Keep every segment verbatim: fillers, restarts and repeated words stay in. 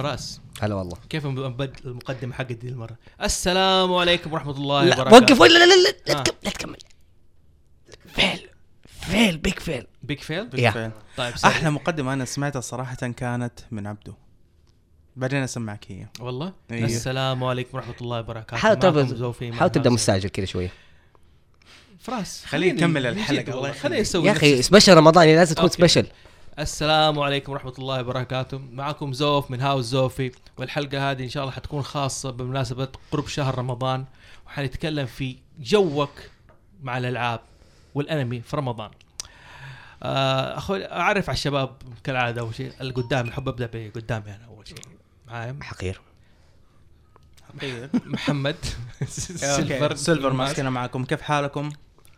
فراس هلا والله. كيف نبدأ المقدمة حق دي المرة؟ السلام عليكم ورحمة الله لا وبركاته. وقف ولا لا لا لا لا, آه. تكمل لا تكمل. فيل فيل بيك فيل بيك فيل. يا. فين. طيب سريع. احلى مقدمه انا سمعتها صراحه كانت من عبده. بعدين اسمعك هي والله. أيوه. السلام عليكم ورحمة الله وبركاته. حاول معكم تبدا زوفي حاول تبدا معكم مستعجل كذا شويه فراس. خليه يكمل الحلقة، الله خليه يسوي يا اخي. نفسه. سبيشل رمضاني لازم تكون أوكي. سبيشل. السلام عليكم ورحمة الله وبركاته. معكم زوف من هاوس زوفي، والحلقة هذه إن شاء الله حتكون خاصة بمناسبة قرب شهر رمضان، وحنتكلم في جوك مع الألعاب والأنمي في رمضان. آه، أخوي أعرف على الشباب كالعادة. أول شيء اللي قدامي حب أبدأ بقدامي أنا أول شيء معايا حقير محمد سيلفر سيلفر ماسكنا معكم. كيف حالكم؟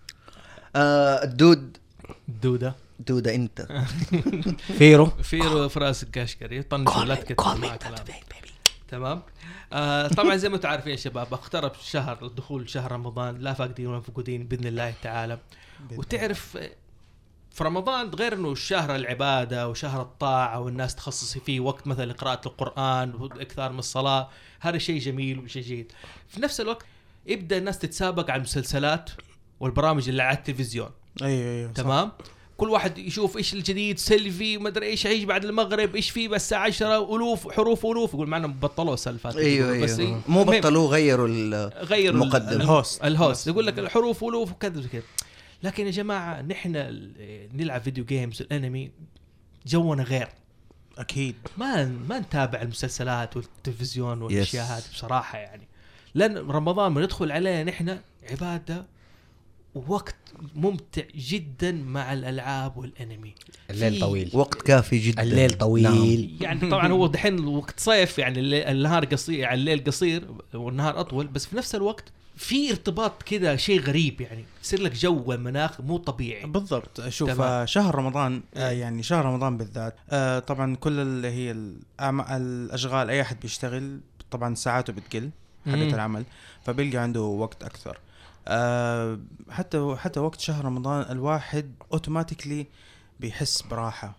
آه الدود دودة دودة انت فيرو فيرو فراس الكاشكري طنش ولا تكتب معك كلام. تمام. آه طبعا زي ما انتم عارفين يا شباب، اقترب شهر دخول شهر رمضان، لا فاقدين ولا فقودين باذن الله تعالى. وتعرف في رمضان غير انه شهر العباده وشهر الطاعه والناس تخصص فيه وقت مثلا لقراءه القران واكثار من الصلاه، هذا شيء جميل وشيء جيد. في نفس الوقت يبدا الناس تتسابق على المسلسلات والبرامج اللي على التلفزيون. ايوه ايوه تمام. كل واحد يشوف ايش الجديد، سيلفي ما ادري ايش عيش بعد المغرب، ايش فيه بس عشرة الوف حروف الوف. يقول معنا بطلوا السالفات. ايوه بس ايوه مو بطلوا غيروا غيروا المقدم الهوست الهوست يقول لك الحروف الوف وكذا كذا. لكن يا جماعه نحن نلعب فيديو جيمز الانمي جونا غير. اكيد ما ما نتابع المسلسلات والتلفزيون والاشياء Yes. هذه بصراحه يعني. لان رمضان بندخل عليه نحن عباده ووقت ممتع جدا مع الالعاب والانمي. الليل طويل، وقت كافي جدا. الليل طويل. يعني طبعا هو دحين وقت صيف، يعني الليل النهار قصير، يعني الليل قصير والنهار اطول، بس في نفس الوقت في ارتباط كذا شيء غريب، يعني يصير لك جو المناخ مو طبيعي. بالضبط. شوف تمام. آه شهر رمضان آه يعني شهر رمضان بالذات آه طبعا كل اللي هي الأعم- الاشغال، اي احد بيشتغل طبعا ساعاته بتقل حقت مم. العمل، فبيلقى عنده وقت اكثر. آه حتى حتى وقت شهر رمضان الواحد اوتوماتيكلي بيحس براحه،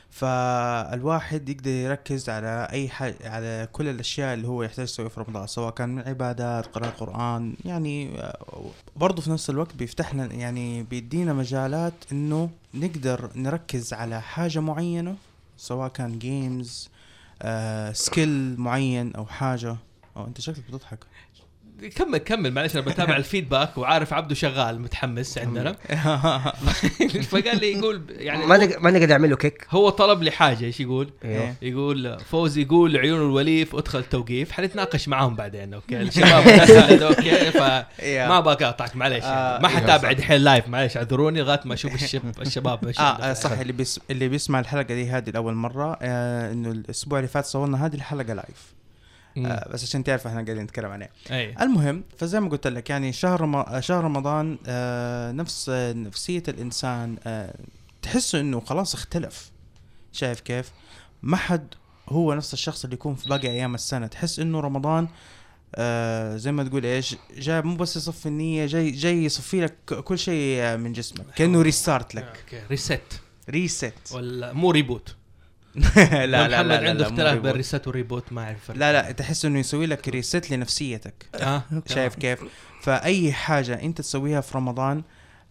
فالواحد يقدر يركز على اي حاجه، على كل الاشياء اللي هو يحتاج يسويها في رمضان، سواء كان من عبادات، قراءة قرآن. يعني آه، برضو في نفس الوقت بيفتح لنا، يعني بيدينا مجالات انه نقدر نركز على حاجه معينه، سواء كان جيمز آه، سكيل معين او حاجه. او انت شكلك بتضحك. كمل كمل معلش، انا بتابع الفيدباك وعارف عبده شغال متحمس عندنا. فقال لي يقول يعني ما نق- ما نقدر نعمل له كيك. هو طلب لي حاجه، ايش يقول؟ ايوه يقول فوزي يقول عيون الوليف ادخل توقيف، حنتناقش معاهم بعدين. اوكي الشباب هذا اوكي، فما ابغى اقاطعك معلش، يعني ما حتابع دحين لايف معلش، اعذروني لغايه ما اشوف الشب الشباب ماشي. اه صح. اللي بيس اللي بيسمع الحلقه دي هذه لاول مره، آه انه الاسبوع اللي فات صورنا هذه الحلقه لايف، آه بس عشان تعرف احنا قاعدين نتكلم عليه. اي المهم، فزي ما قلت لك يعني شهر رم... شهر رمضان آه نفس آه نفسيه الانسان، آه تحسه انه خلاص اختلف. شايف كيف؟ ما حد هو نفس الشخص اللي يكون في باقي ايام السنه. تحس انه رمضان آه زي ما تقول ايش، جاي مو بس يصفي النيه، جاي جاي يصفي لك كل شيء من جسمك، كانه ريستارت لك. اوكي ريست ريست. ولا مو ريبوت؟ لا لا لا محمد لا عنده لا مو اختلاف بين ريبوت. ريست وريبوت، ما اعرف. لا لا تحس انه يسوي لك ريست لنفسيتك. اه شايف كيف؟ فاي حاجه انت تسويها في رمضان،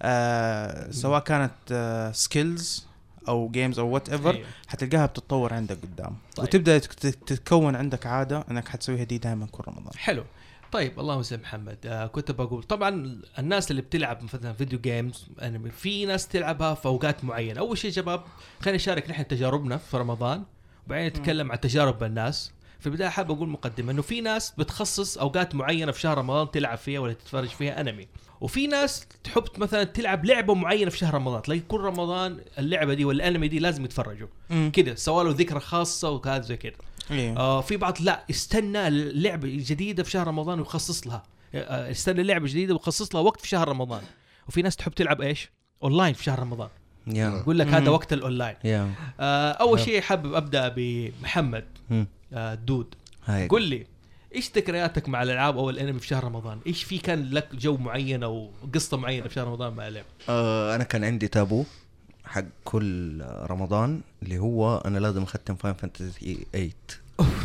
آه سواء كانت آه سكيلز او جيمز او وات ايفر، أيوه. حتلقاها بتتطور عندك قدام. طيب. وتبدا تت- تتكون عندك عاده انك حتسويها دي دائما كل رمضان. حلو. طيب اللهم صل محمد. آه كنت بقول طبعا الناس اللي بتلعب مثلا فيديو جيمز انمي، في ناس تلعبها في اوقات معينه. اول شيء شباب خلينا نشارك نحن تجاربنا في رمضان، وبعدين نتكلم عن تجارب الناس. في البدايه حابب اقول مقدمه انه في ناس بتخصص اوقات معينه في شهر رمضان تلعب فيها ولا تتفرج فيها انمي، وفي ناس تحب مثلا تلعب لعبه معينه في شهر رمضان، تلاقي كل رمضان اللعبه دي والانمي دي لازم يتفرجوا كده، سواء له ذكرى خاصه وكذا زي كده. إيه. آه في بعض لا استنى اللعبة جديدة في شهر رمضان ويخصص لها، آه استنى لعبة جديدة ويخصص لها وقت في شهر رمضان. وفي ناس تحب تلعب ايش اونلاين في شهر رمضان، يا يقول لك هذا وقت الاونلاين. يا آه اول شيء حابب ابدا بمحمد مم. آه دود. هاي قل لي ايش ذكرياتك مع الالعاب او الانمي في شهر رمضان؟ ايش في كان لك جو معين او قصة معينة في شهر رمضان مع اللعب؟ آه انا كان عندي تابو حق كل رمضان، اللي هو انا لازم اختم فاين فانتسي ثمانية.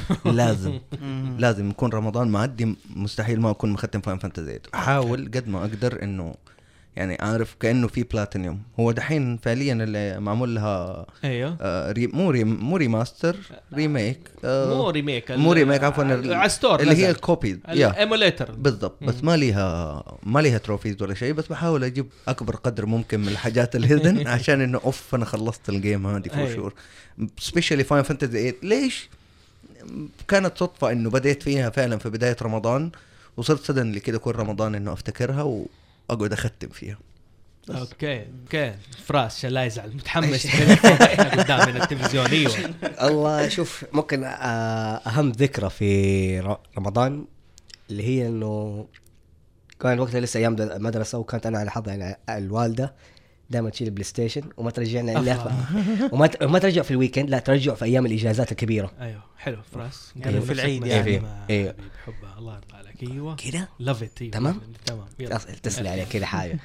لازم لازم يكون رمضان معدي، مستحيل ما اكون مختم فاين فانتزي. احاول قد ما اقدر انه يعني عارف كانه في بلاتينيوم. هو دحين فعليا اللي معمول لها ايوه آه ري مو ري مو ريماستر ريميك آه مو ريميك مو ريميك عفوا على ستور اللي هي الكوبي ايموليتر بالضبط. بس ما ليها ما ليها تروفيز ولا شيء، بس بحاول اجيب اكبر قدر ممكن من الحاجات الهيدن عشان انه اوف انا خلصت الجيم هذه فور شور. سبيشالي فاين فانتزي ثمانية. ليش كانت صدفه انه بديت فيها فعلا في بدايه رمضان، وصرت سدن اللي كده كل رمضان انه افتكرها واقعد اختم فيها. اوكي اوكي فراس لا يزعل متحمس قدام من التلفزيون. ايوه الله شوف ممكن اهم ذكرى في رمضان اللي هي انه كان وقتها لسه ايام المدرسه، وكانت انا على حظ يعني الوالده دائما تشيل البلاي ستيشن وما ترجعنا الا وما وما ترجع في الويكند، لا ترجع في ايام الاجازات الكبيره. ايوه حلو فراس أيوة في العيد يعني ايوه بحبها الله يرضى عليك. ايوه كده لاف ات. تمام تمام تسلي عليك كده حاجه.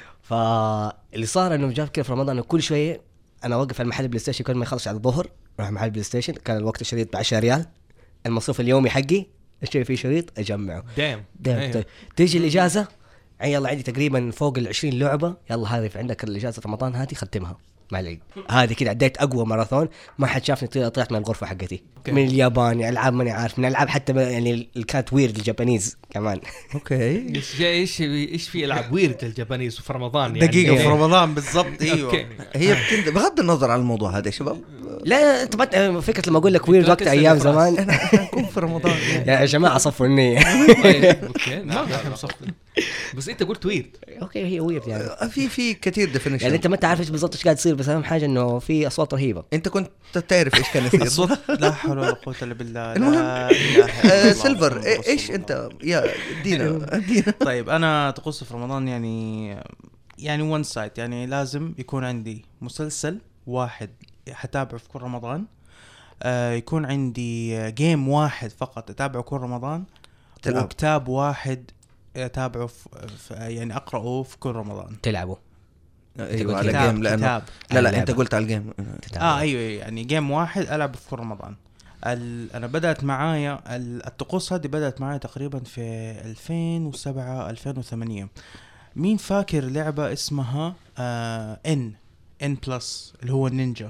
فاللي صار انه جاب كده في رمضان كل شويه انا اوقف على محل بلاي ستيشن كل ما يخلص على الظهر راح محل بلاي ستيشن. كان الوقت الشريط ب عشرة ريال المصروف اليومي حقي، اشتري فيه شريط اجمعه. دام دام تيجي الاجازه يلا عندي تقريبا فوق العشرين لعبه، يلا هذه في عندك الاجازه في رمضان هذه ختمها مع العيد. هذه كده عديت اقوى ماراثون، ما حد شافني طلعت من الغرفه حقتي. من الياباني العاب ماني عارف، من العاب حتى يعني الكات ويرد الجابانيز كمان. اوكي ايش ايش ايش في العاب ويرد الجابانيز في رمضان يعني دقيقه في رمضان بالضبط. ايوه هي بتند... بغض النظر عن الموضوع هذا يا شباب. لا انت ما فكره لما اقول لك ويرد وقت ايام زمان نكون في رمضان يا جماعه صفوا النيه. اوكي ما احنا مصفين بس انت قلت ويرد. اوكي هي ويرد يعني في في كثير ديفينيشن يعني انت ما تعرف ايش بالضبط ايش قاعد يصير، بس اهم حاجه انه في اصوات رهيبه. انت كنت تعرف ايش كان يصير صوت لا حول ولا قوه الا بالله. المهم سيلفر ايش انت يا دينا دينا طيب انا طقوس في رمضان يعني يعني وان سايد، يعني لازم يكون عندي مسلسل واحد حتابعه في كل رمضان، آه يكون عندي جيم واحد فقط اتابعه كل رمضان، وكتاب واحد اتابعه في يعني اقراه في كل رمضان. تلعبه ايوه على جيم لانه لا لا اللعبة. انت قلت على الجيم اه ايوه يعني جيم واحد العبه في كل رمضان. انا بدات معايا الطقوس هذه بدات معايا تقريبا في ألفين وسبعة ألفين وثمانية. مين فاكر لعبه اسمها آه ان ان بلس اللي هو النينجا؟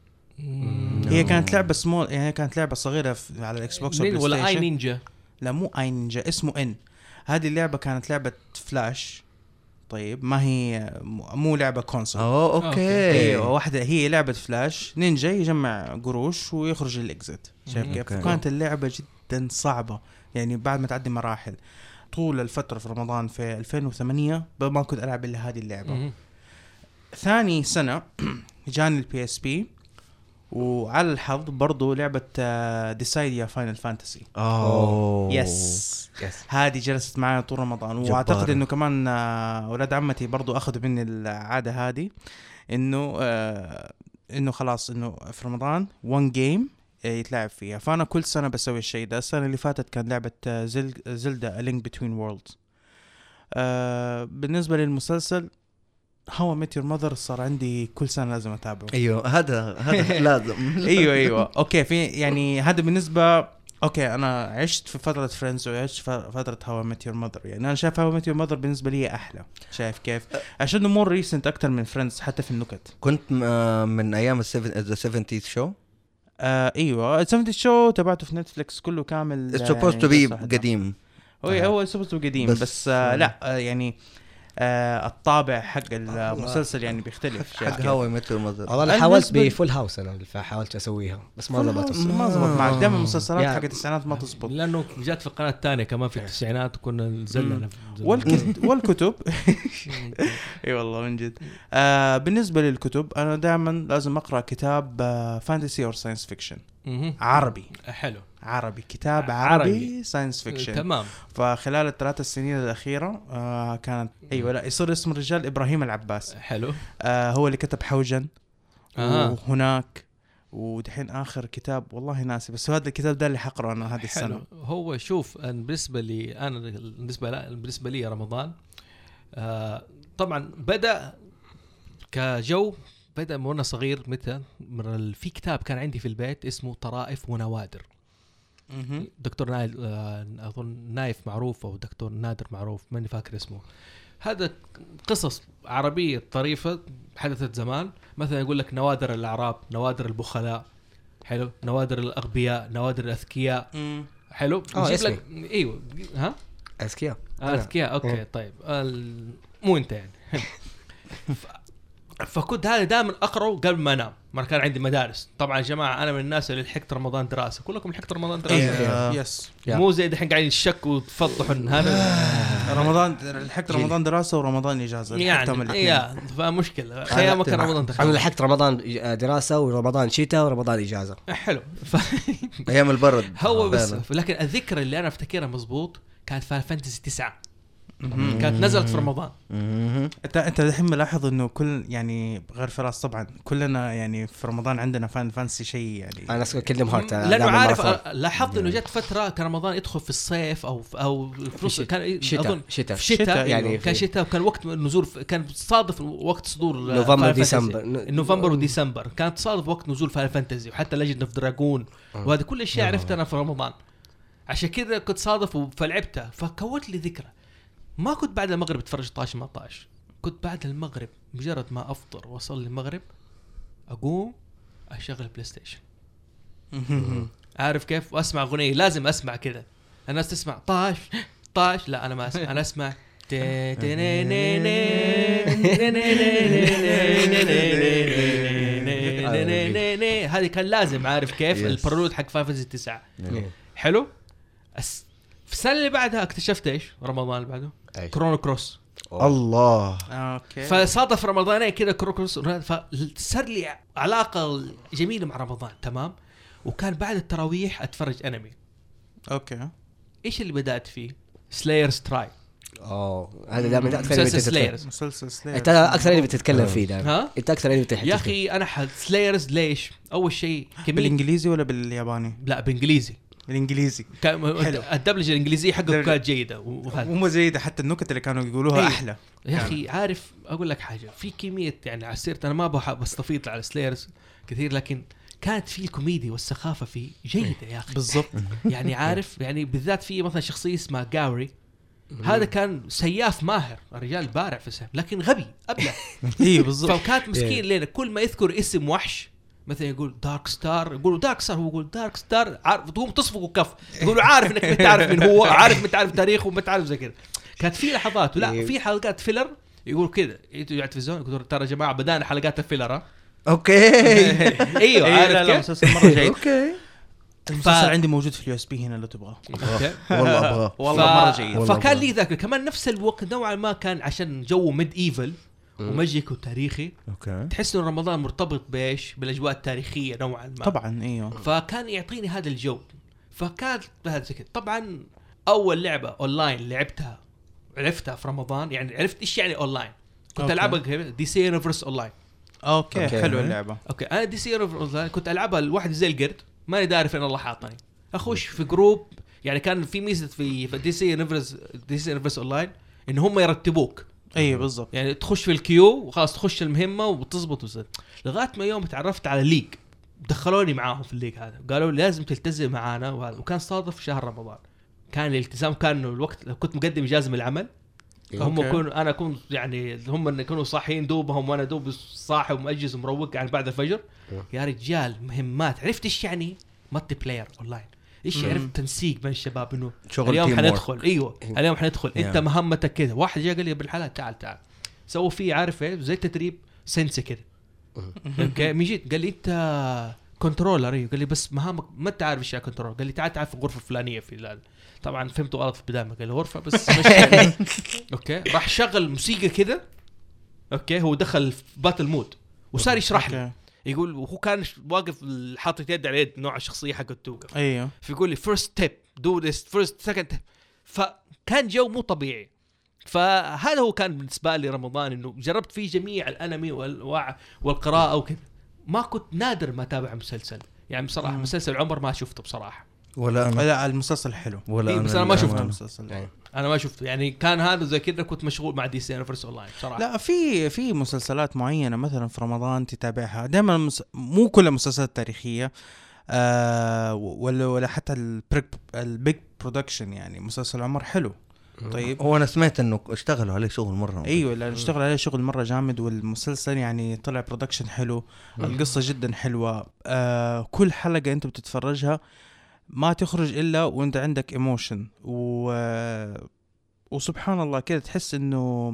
هي كانت لعبه سمول يعني كانت لعبه صغيره على الاكس بوكس ولا اي نينجا؟ لا مو اي نينجا، اسمه ان. هذه اللعبه كانت لعبه فلاش. طيب ما هي مو لعبه كونسول. اه اوكي ايوه واحده هي لعبه فلاش نينجا يجمع قروش ويخرج للاكزيت. شايف كيف؟ كانت اللعبه جدا صعبه يعني بعد ما تعدي مراحل. طول الفتره في رمضان في ألفين وثمانية ما كنت العب الا هذه اللعبه. ثاني سنه جاني البي اس بي، وعلى الحظ برضو لعبة ديسايديا فاينل فانتسي. اوه يس هذه جلست معي طول رمضان. واعتقد انه كمان اولاد عمتي برضو اخذوا مني العادة هذه، انه آه انه خلاص انه في رمضان وان جيم يتلعب فيها. فانا كل سنة بسوي الشيء ده. السنة اللي فاتت كان لعبة زل زلدا A Link Between Worlds. آه بالنسبة للمسلسل هاو ميت يور ماذر صار عندي كل سنه لازم اتابعه. ايوه هذا هذا لازم. ايوه ايوه اوكي في يعني هذا بالنسبه اوكي. انا عشت في فتره فريندز وعشت في فتره هاو ميت يور ماذر. يعني انا شايف هاو ميت يور ماذر بالنسبه لي احلى. شايف كيف؟ عشان مور ريسنت اكتر من فريندز حتى في النكت. كنت من ايام ذا سبعينتيز شو. آه ايوه سبعينتيز شو تبعته في نتفليكس كله كامل. supposed to be قديم. هو آه. هو supposed to be قديم بس, بس آه لا آه يعني آه الطابع حق المسلسل يعني بيختلف. حق هاوي متر مزر. والله حاولت بفول هاوس انا حاولت اسويها بس ما ضبطت ما ضبط معك. دائما المسلسلات حق التسعينات ما تزبط لانه جات في القناه الثانيه كمان في التسعينات وكنا نزلنا والكتب والكتب. اي والله من جد. آه بالنسبه للكتب انا دائما لازم اقرا كتاب آه فانتسي اور ساينس فيكشن عربي. حلو عربي كتاب عربي, عربي. ساينس فيكشن. تمام. فخلال الثلاث السنين الأخيرة آه كانت أيوة لا يصير اسم الرجال إبراهيم العباس. حلو. آه هو اللي كتب حوجن آه. وهناك ودحين آخر كتاب والله ناسي بس هذا الكتاب ده اللي حقره أنا هذه السنة. هو شوف بالنسبة لي أنا بالنسبة لي بالنسبة لي رمضان آه طبعا بدأ كجو بدأ وانا صغير. متى في كتاب كان عندي في البيت اسمه طرائف ونوادر. مهم. دكتور نايف آه، اظن نايف معروف او دكتور نادر معروف ماني فاكر اسمه. هذا قصص عربيه طريفه حدثت زمان. مثلا يقول لك نوادر الاعراب، نوادر البخلاء، حلو، نوادر الاغبياء، نوادر الاذكياء، مم. حلو. آه، ويجيب اسمي. لك ايوه ها اذكياء. آه، اذكياء اوكي إيه. طيب ال- مو انت يعني. ف- فكنت هذا دائما اقراه قبل ما انام. ما كان عندي مدارس طبعا يا جماعه. انا من الناس اللي لحقت رمضان دراسه، كلكم لحقت رمضان دراسه. إيه. إيه. يس يا. مو زي دحين قاعدين نشك وتفضحوا إن هذا رمضان لحقت رمضان دراسه ورمضان اجازه لحقتهم يعني الاثنين. يا فمشكله خيامك كان رمضان انا دراسه. لحقت رمضان دراسه ورمضان شتاء ورمضان اجازه. حلو. ف- ايام البرد هو بس فعلاً. لكن الذكرى اللي انا افتكرها مزبوط كانت فان فانتسي تسعة. مهم. كانت نزلت في رمضان. مهم. انت انت الحين ملاحظ انه كل يعني غير فراس طبعا كلنا يعني في رمضان عندنا فان فانسي شيء يعني انا كيندم هارت لانه عارف أ- لاحظت انه جت فتره كان رمضان يدخل في الصيف او في او في نص كان شتاء اظن شتاء في شتاء شتاء، يعني أيوه. كان شتاء وكان وقت النزول ف- كان صادف وقت صدور نوفمبر Final Fantasy. ديسمبر نوفمبر وديسمبر كانت صادف وقت نزول فاينل فانتزي وحتى ليجند اوف دراجون وهذه كل الاشياء عرفتها انا في رمضان. عشان كذا كنت صادف فلعبتها فكونت لي ذكرى. ما كنت بعد المغرب اتفرج اثنا عشر ثمانية عشر. كنت بعد المغرب مجرد ما افطر واصلي المغرب اقوم اشغل بلاي ستيشن. مهم. عارف كيف؟ واسمع اغنيه لازم اسمع كذا. الناس تسمع طاش طاش لا انا ما اسمع. انا اسمع هذه كان لازم. عارف كيف؟ Yes. البرولود حق فايف تسعة. إيه. حلو. أس... في السنه اللي بعدها اكتشفت ايش؟ رمضان اللي بعده أي. كرونو كروس. الله اوكي فصادف رمضانين كذا كرونو كروس. فصار لي علاقه جميله مع رمضان. تمام. وكان بعد التراويح اتفرج انمي. اوكي ايش اللي بدات فيه؟ سلايرز تراي. اوه هذا دائما اكثر اللي مسلسل بتتكلم. سلايرز. مسلسل سلاير انت اكثر اللي بتتكلم فيه دائما. ها انت اكثر اللي بتتكلم يا اخي انا حد سلايرز ليش؟ اول شيء كمية بالانجليزي ولا بالياباني؟ لا بالانجليزي. بالانجليزي كان حلو. الدبلجه الانجليزيه حقه دبلجة. كانت جيده وهذا. مو زي حتى النكت اللي كانوا يقولوها أي. احلى. يا اخي عارف اقول لك حاجه في كميه يعني على سيرة انا ما بحب بستفيض على سلايرز كثير لكن كانت في الكوميديا والسخافه فيه جيده يا اخي. بالضبط يعني عارف يعني بالذات في مثلا شخصيه اسمها جاوري. هذا كان سياف ماهر الرجال بارع في السيف لكن غبي ابله. اي بالضبط فكانت مسكين لين كل ما يذكر اسم وحش مثلا يقول دارك ستار يقولوا دارك ستار هو يقول دارك ستار عارف تقوم تصفقوا كف يقولوا عارف انك ما تعرف من هو عارف ما تعرف تاريخه وما تعرف زي كذا. كانت في لحظات لا في حلقات فيلر يقول كذا يجوا على التلفزيون يقولوا ترى يا جماعه بدانا حلقات الفيلر ها. اوكي ايوه لا عارف لا كيف مسلسل مره جيد. اوكي المسلسل عندي موجود في اليو اس بي هنا لو تبغاه. أوكي. والله ابغى والله ف... مره جيد. والله فكان والله. لي ذاك كمان نفس الوقت نوعا ما كان عشان جو ميد ايفل وماجيك وتاريخي. اوكي تحس ان رمضان مرتبط بايش بالاجواء التاريخيه نوعا ما. طبعا ايوه فكان يعطيني هذا الجو. فكانت بهذا الشكل. طبعا اول لعبه اونلاين لعبتها عرفتها في رمضان يعني عرفت ايش يعني اونلاين. كنت أوكي. العبها دي سي يونيفرس اونلاين. اوكي, أوكي. حلو اللعبه. اوكي انا دي سي يونيفرس اونلاين كنت العبها لوحدي زي القرد ماني داري فين الله حاطني. اخش في جروب يعني كان في ميزه في دي سي يونيفرس دي سي يونيفرس اونلاين ان هم يرتبوك. اي بالضبط يعني تخش في الكيو وخلاص تخش المهمه وتظبط وزد. لغايه ما يوم تعرفت على ليج دخلوني معاهم في الليج هذا قالوا لي لازم تلتزم معانا وهذا. وكان صادف شهر رمضان كان الالتزام كان الوقت كنت مقدم اجازه من العمل. هم أوكي. يكونوا انا كنت يعني هم اللي يكونوا صاحيين دوبهم وانا دوب صاحي ومأجز ومروق يعني بعد الفجر. يا رجال مهمات عرفت ايش يعني مالتي بلاير اونلاين. ايش مم. عرفت تنسيق بين الشباب انه شغل اليوم team حندخل ايوه اليوم حندخل انت Yeah. مهمتك كذا. واحد جاء قال لي بالحلال تعال تعال سووا فيه عارف ايه زي تدريب سنسي كذا. اوكي من جيت قال لي انت كنترولر ايوه قال لي بس مهامك ما انت عارف ايش يعني كنترول. قال لي تعال تعال في الغرفه الفلانيه في ال- طبعا فهمته غلط في البدايه قال لي غرفه بس مش يعني. اوكي راح شغل موسيقى كذا. اوكي هو دخل في باتل مود وصار يشرح لي أوكي. يقول وهو كان واقف حاطط يد على يد نوع الشخصيه حقته توقف ايوه فيقول لي first step do this first second step. فكان جو مو طبيعي. فهذا هو كان بالنسبه لي رمضان انه جربت فيه جميع الانمي والانواع والقراءه وكذا. ما كنت نادر ما تابع مسلسل يعني بصراحه مم. مسلسل عمر ما شفته بصراحه. ولا انا لا المسلسل حلو. ولا إيه، بس أنا ما شفته. للأمانة. المسلسل يعني انا ما شفته يعني كان هذا زي كذا كنت مشغول مع دي سي يونيفرس اونلاين بصراحه. لا في في مسلسلات معينه مثلا في رمضان تتابعها دائما مس... مو كل المسلسلات التاريخيه. آه ولا ولا حتى البيج برودكشن يعني مسلسل عمر حلو. طيب هو انا سمعت انه اشتغلوا عليه شغل مره. ايوه لا اشتغل عليه شغل مره جامد والمسلسل يعني طلع برودكشن حلو. القصه جدا حلوه. آه كل حلقه انت بتتفرجها ما تخرج الا وانت عندك ايموشن و وسبحان الله كده تحس انه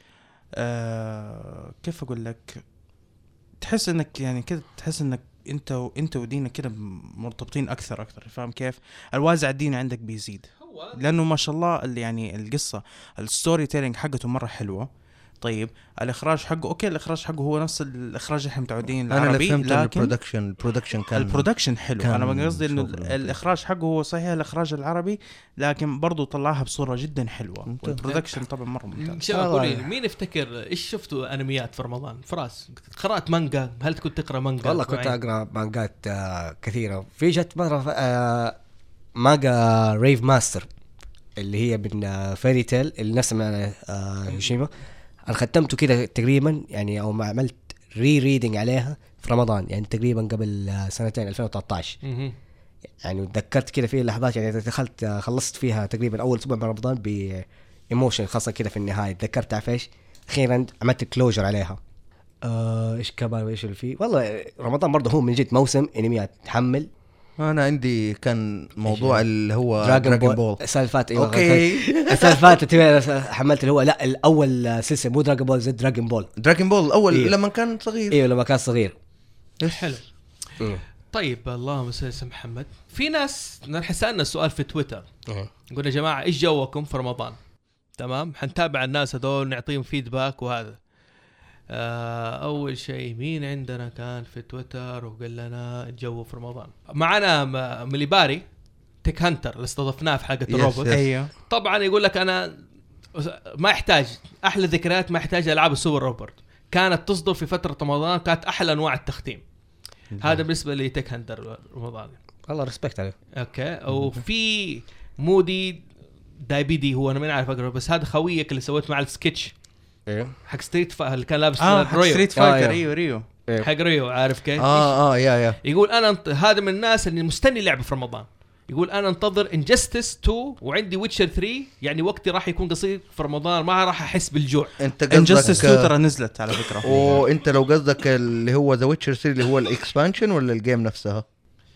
آه كيف اقول لك تحس انك يعني كده تحس انك انت وانت ودينك كده مرتبطين اكثر اكثر. فاهم كيف؟ الوازع الديني عندك بيزيد لانه ما شاء الله اللي يعني القصه الستوري تيلينج حقته مره حلوه. طيب الاخراج حقه اوكي الاخراج حقه هو نفس الاخراج اللي احنا متعودين العربي لكن لكن البرودكشن البرودكشن كان البرودكشن حلو. انا قصدي انه شغل. الاخراج حقه هو صحيح الاخراج العربي لكن برضو طلعها بصوره جدا حلوه. ممتاز. والبرودكشن طبعا مره ممتاز. شباب قولي مين يفتكر ايش شفتوا انميات في رمضان؟ فراس قرات مانجا؟ هل كنت تقرا مانجا؟ والله كنت اقرا مانجات آه كثيره. في جت مره آه مانجا ريف ماستر اللي هي من آه فيري تيل اللي نفس من آه هيشيما. انا ختمته كده تقريبا يعني او ما عملت ري ريدنج عليها في رمضان يعني تقريبا قبل آه سنتين ألفين وثلاثة عشر. يعني تذكرت كده في لحظات يعني دخلت آه خلصت فيها تقريبا اول اسبوع من رمضان بايموشن خاصه كده في النهايه. تذكرت عفيش اخيرا عملت كلوجر عليها. آه ايش كمان وايش اللي فيه؟ والله رمضان برضه هو من جد موسم انميات تحمل. انا عندي كان موضوع اللي هو دراغون دراغون بول بول السالفات. ايوه اوكي السالفات حملت اللي هو لا الاول سلسله مو دراغون بول زي دراغون بول دراغون بول الاول إيه. لما كان صغير. ايوه لما كان صغير. حلو. طيب اللهم صل على محمد. في ناس نحن سالنا السؤال في تويتر قلنا يا جماعه ايش جوكم في رمضان؟ تمام حنتابع الناس هذول نعطيهم فيدباك وهذا. آه اول شيء مين عندنا كان في تويتر وقال لنا الجو في رمضان؟ معنا مليباري تيك هانتر اللي استضفناه في حلقه الروبوت. ايوه طبعا يقول لك انا ما يحتاج احلى ذكريات ما يحتاج العاب السوبر روبوت كانت تصدر في فتره رمضان كانت احلى انواع التختيم. هذا بالنسبه لي تيك هانتر رمضان. والله ريسبكت عليه. اوكي وفي مودي دايبيدي هو انا ما اعرف اقرا بس هذا خويك اللي سويت مع السكتش ايه حق ستريت فا اللي كان لابس اه ريو ستريت فايتر. آه ايوه ريو حق ريو عارف كيف؟ اه اه يا يا يقول انا انت... هذا من الناس اللي مستني لعبه في رمضان. يقول انا انتظر انجستس تو وعندي ويتشر ثري يعني وقتي راح يكون قصير في رمضان ما راح احس بالجوع. انت انجستس قصدك تو ترى نزلت على فكره. وانت لو قصدك اللي هو ذا ويتشر ثري اللي هو الاكسبانشن ولا الجيم نفسها؟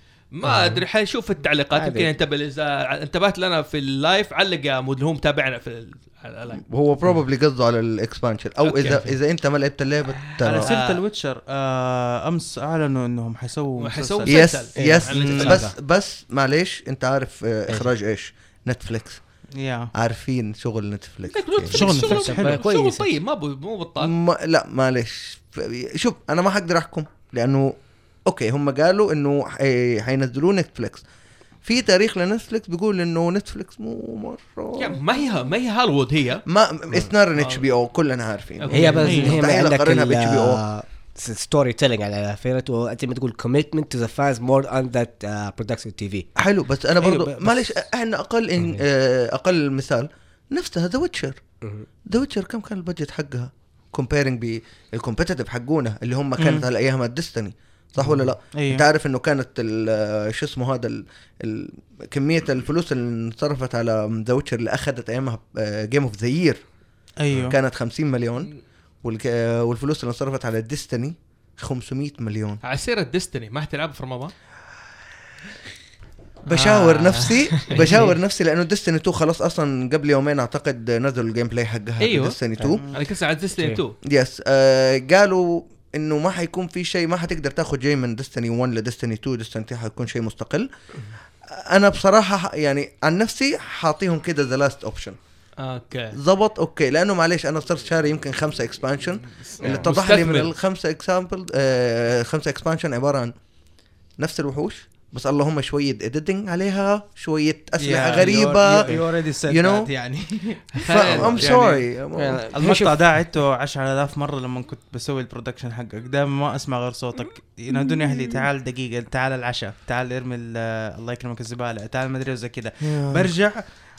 ما ادري حنشوف التعليقات يمكن انتبه اذا انتبهت لنا في اللايف علق يا مدلهم تابعنا في اللايف. هو بروبلي قصده على الاكسبانشن او أوكي. اذا اذا انت ما لعبت اللعبه على ترى سيرة الويتشر آه امس اعلنوا انهم حيسووا حيسووا مسلسل. يس مسلسل. يس إيه. بس بس معليش انت عارف آه، اخراج ايش نتفليكس يا عارفين شغل نتفليكس شغل شغل نتفليكس حلو. حلو شغل طيب ما بو مو بطال. ما لا معليش ف- شوف انا ما حقدر احكم لانه اوكي هم قالوا انه حي- حينزلوا نتفليكس في تاريخ لنتفليكس بيقول انه نتفليكس مو مره يعني ما هي ما هي هالوود هي ما اسنار اتش بي او كلنا عارفين أوكي. هي بس هي هي ما مستحيل عندك أقارنها ب إتش بي أو. ستوري تيلينج على فكرة وانت ما تقول commitment to the fans more on that uh, production تي في. حلو بس انا برضو أيوة، بس- معلش احنا اقل إن آه، اقل مثال نفسها ذا ويتشر ذا ويتشر كم كان البادجت حقها كومبيرنج بالكومبيتيتيف حقونا اللي هم كانت مم. على ايامها الديستني صح ولا لا؟ أيوه. انت عارف انه كانت ال- شو اسمه هذا ال- ال- كميه الفلوس اللي انصرفت على ذا ويتشر اللي اخذت ايامها جيم اوف ذا يير ايوه كانت خمسين مليون والك- والفلوس اللي انصرفت على الديستني خمسمية مليون. على سيرة ديستني ما هتلعب في رمضان؟ بشاور آه. نفسي بشاور نفسي لانه ديستني تو خلاص اصلا قبل يومين اعتقد نزلوا الجيم بلاي حقها. أيوه. ديستني تو انا كنت على ديستني تو. يس آه قالوا انه ما حيكون في شيء ما حتقدر تاخذ جاي من ديستني واحد لديستني تو. ديستني تو حيكون شيء مستقل. انا بصراحه يعني عن نفسي حاطيهم كده ذا لاست اوبشن. اوكي زبط اوكي لانه معليش انا صرت شاري يمكن خمسة اكسبانشن اللي اتضح لي من مستثمر. الخمسه اكزامبل آه خمسه اكسبانشن عباره عن نفس الوحوش بس اللهم شويه اديتنج عليها شويه اسلحه غريبه you already said you know. that يعني I'm sorry المقطع ده عدته عشرة آلاف مرة لما كنت بسوي البرودكشن حقك دائما ما اسمع غير صوتك ينادوني اهلي تعال دقيقة تعال العشاء تعال ارمي ال- الله يكرمك الزبالة تعال ما ادري زي كذا برجع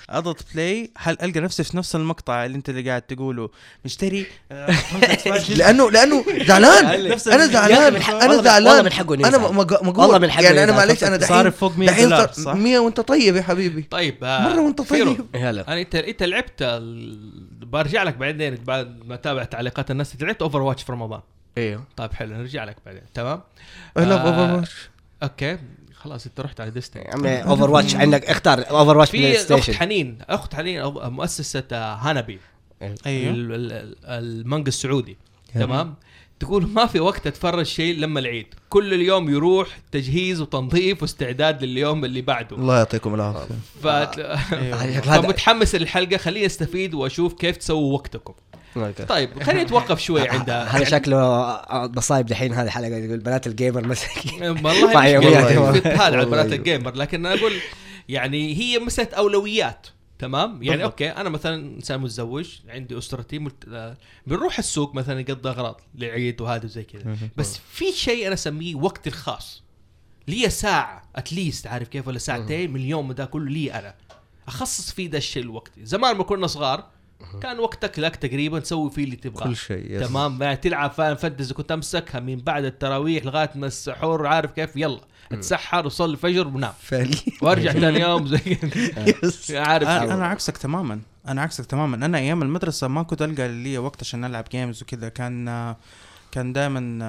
اضغط بلاي هل القى نفسي في نفس المقطع اللي انت اللي قاعد تقوله مشتري آه لانه لانه زعلان انا زعلان انا زعلان من حقه انا ما اقول والله من حقه يعني انا معلش انا دحين صار فوق مية دولار صح مية وانت طيب يا حبيبي طيب مره وانت طيب. انا انت انت لعبت ال... برجع لك بعدين بعد ما تابع تعليقات الناس. لعبت اوفر واتش في رمضان؟ ايوه. طيب حلو نرجع لك بعدين. تمام لا اوفر واتش اوكي خلاص انت رحت على ديستني. عمي اوفر واتش عندك اختار اوفر واتش بلاي في ستيشن. اخت حنين اخت حنين مؤسسه هانبي ايوه المانجا السعودي تمام. تقول ما في وقت اتفرج شيء لما العيد كل اليوم يروح تجهيز وتنظيف واستعداد لليوم اللي بعده. الله يعطيكم العافيه. ف... فمتحمس للحلقه خليني استفيد واشوف كيف تسووا وقتكم. طيب خلينا نتوقف شوي عند هذا شكله مصايب دحين. هذه حلقه يقول بنات الجيمر مساكين والله مش هذا على بنات الجيمر. لكن انا اقول يعني هي مسألة اولويات تمام. يعني بالضبط. اوكي انا مثلا انسان متزوج عندي اسرتي ملت... بنروح السوق مثلا نقضي اغراض للعيد وهذا زي كذا. بس في شيء انا اسميه وقت الخاص لي ساعه اتليست عارف كيف ولا ساعتين من اليوم ده كله لي انا اخصص فيه ده الشيء الوقت. زمان ما كنا صغار كان وقتك لك تقريبا تسوي فيه اللي تبغاه كل شيء تمام. يعني تلعب فان فانتزي كنت امسكها من بعد التراويح لغايه ما السحور عارف كيف يلا اتسحر وصلي الفجر ونام وارجع ثاني يوم زي عارف. انا أنا عكسك تماما انا عكسك تماما. انا ايام المدرسه ما كنت القى لي وقت عشان العب جيمز وكذا. كان كان دائما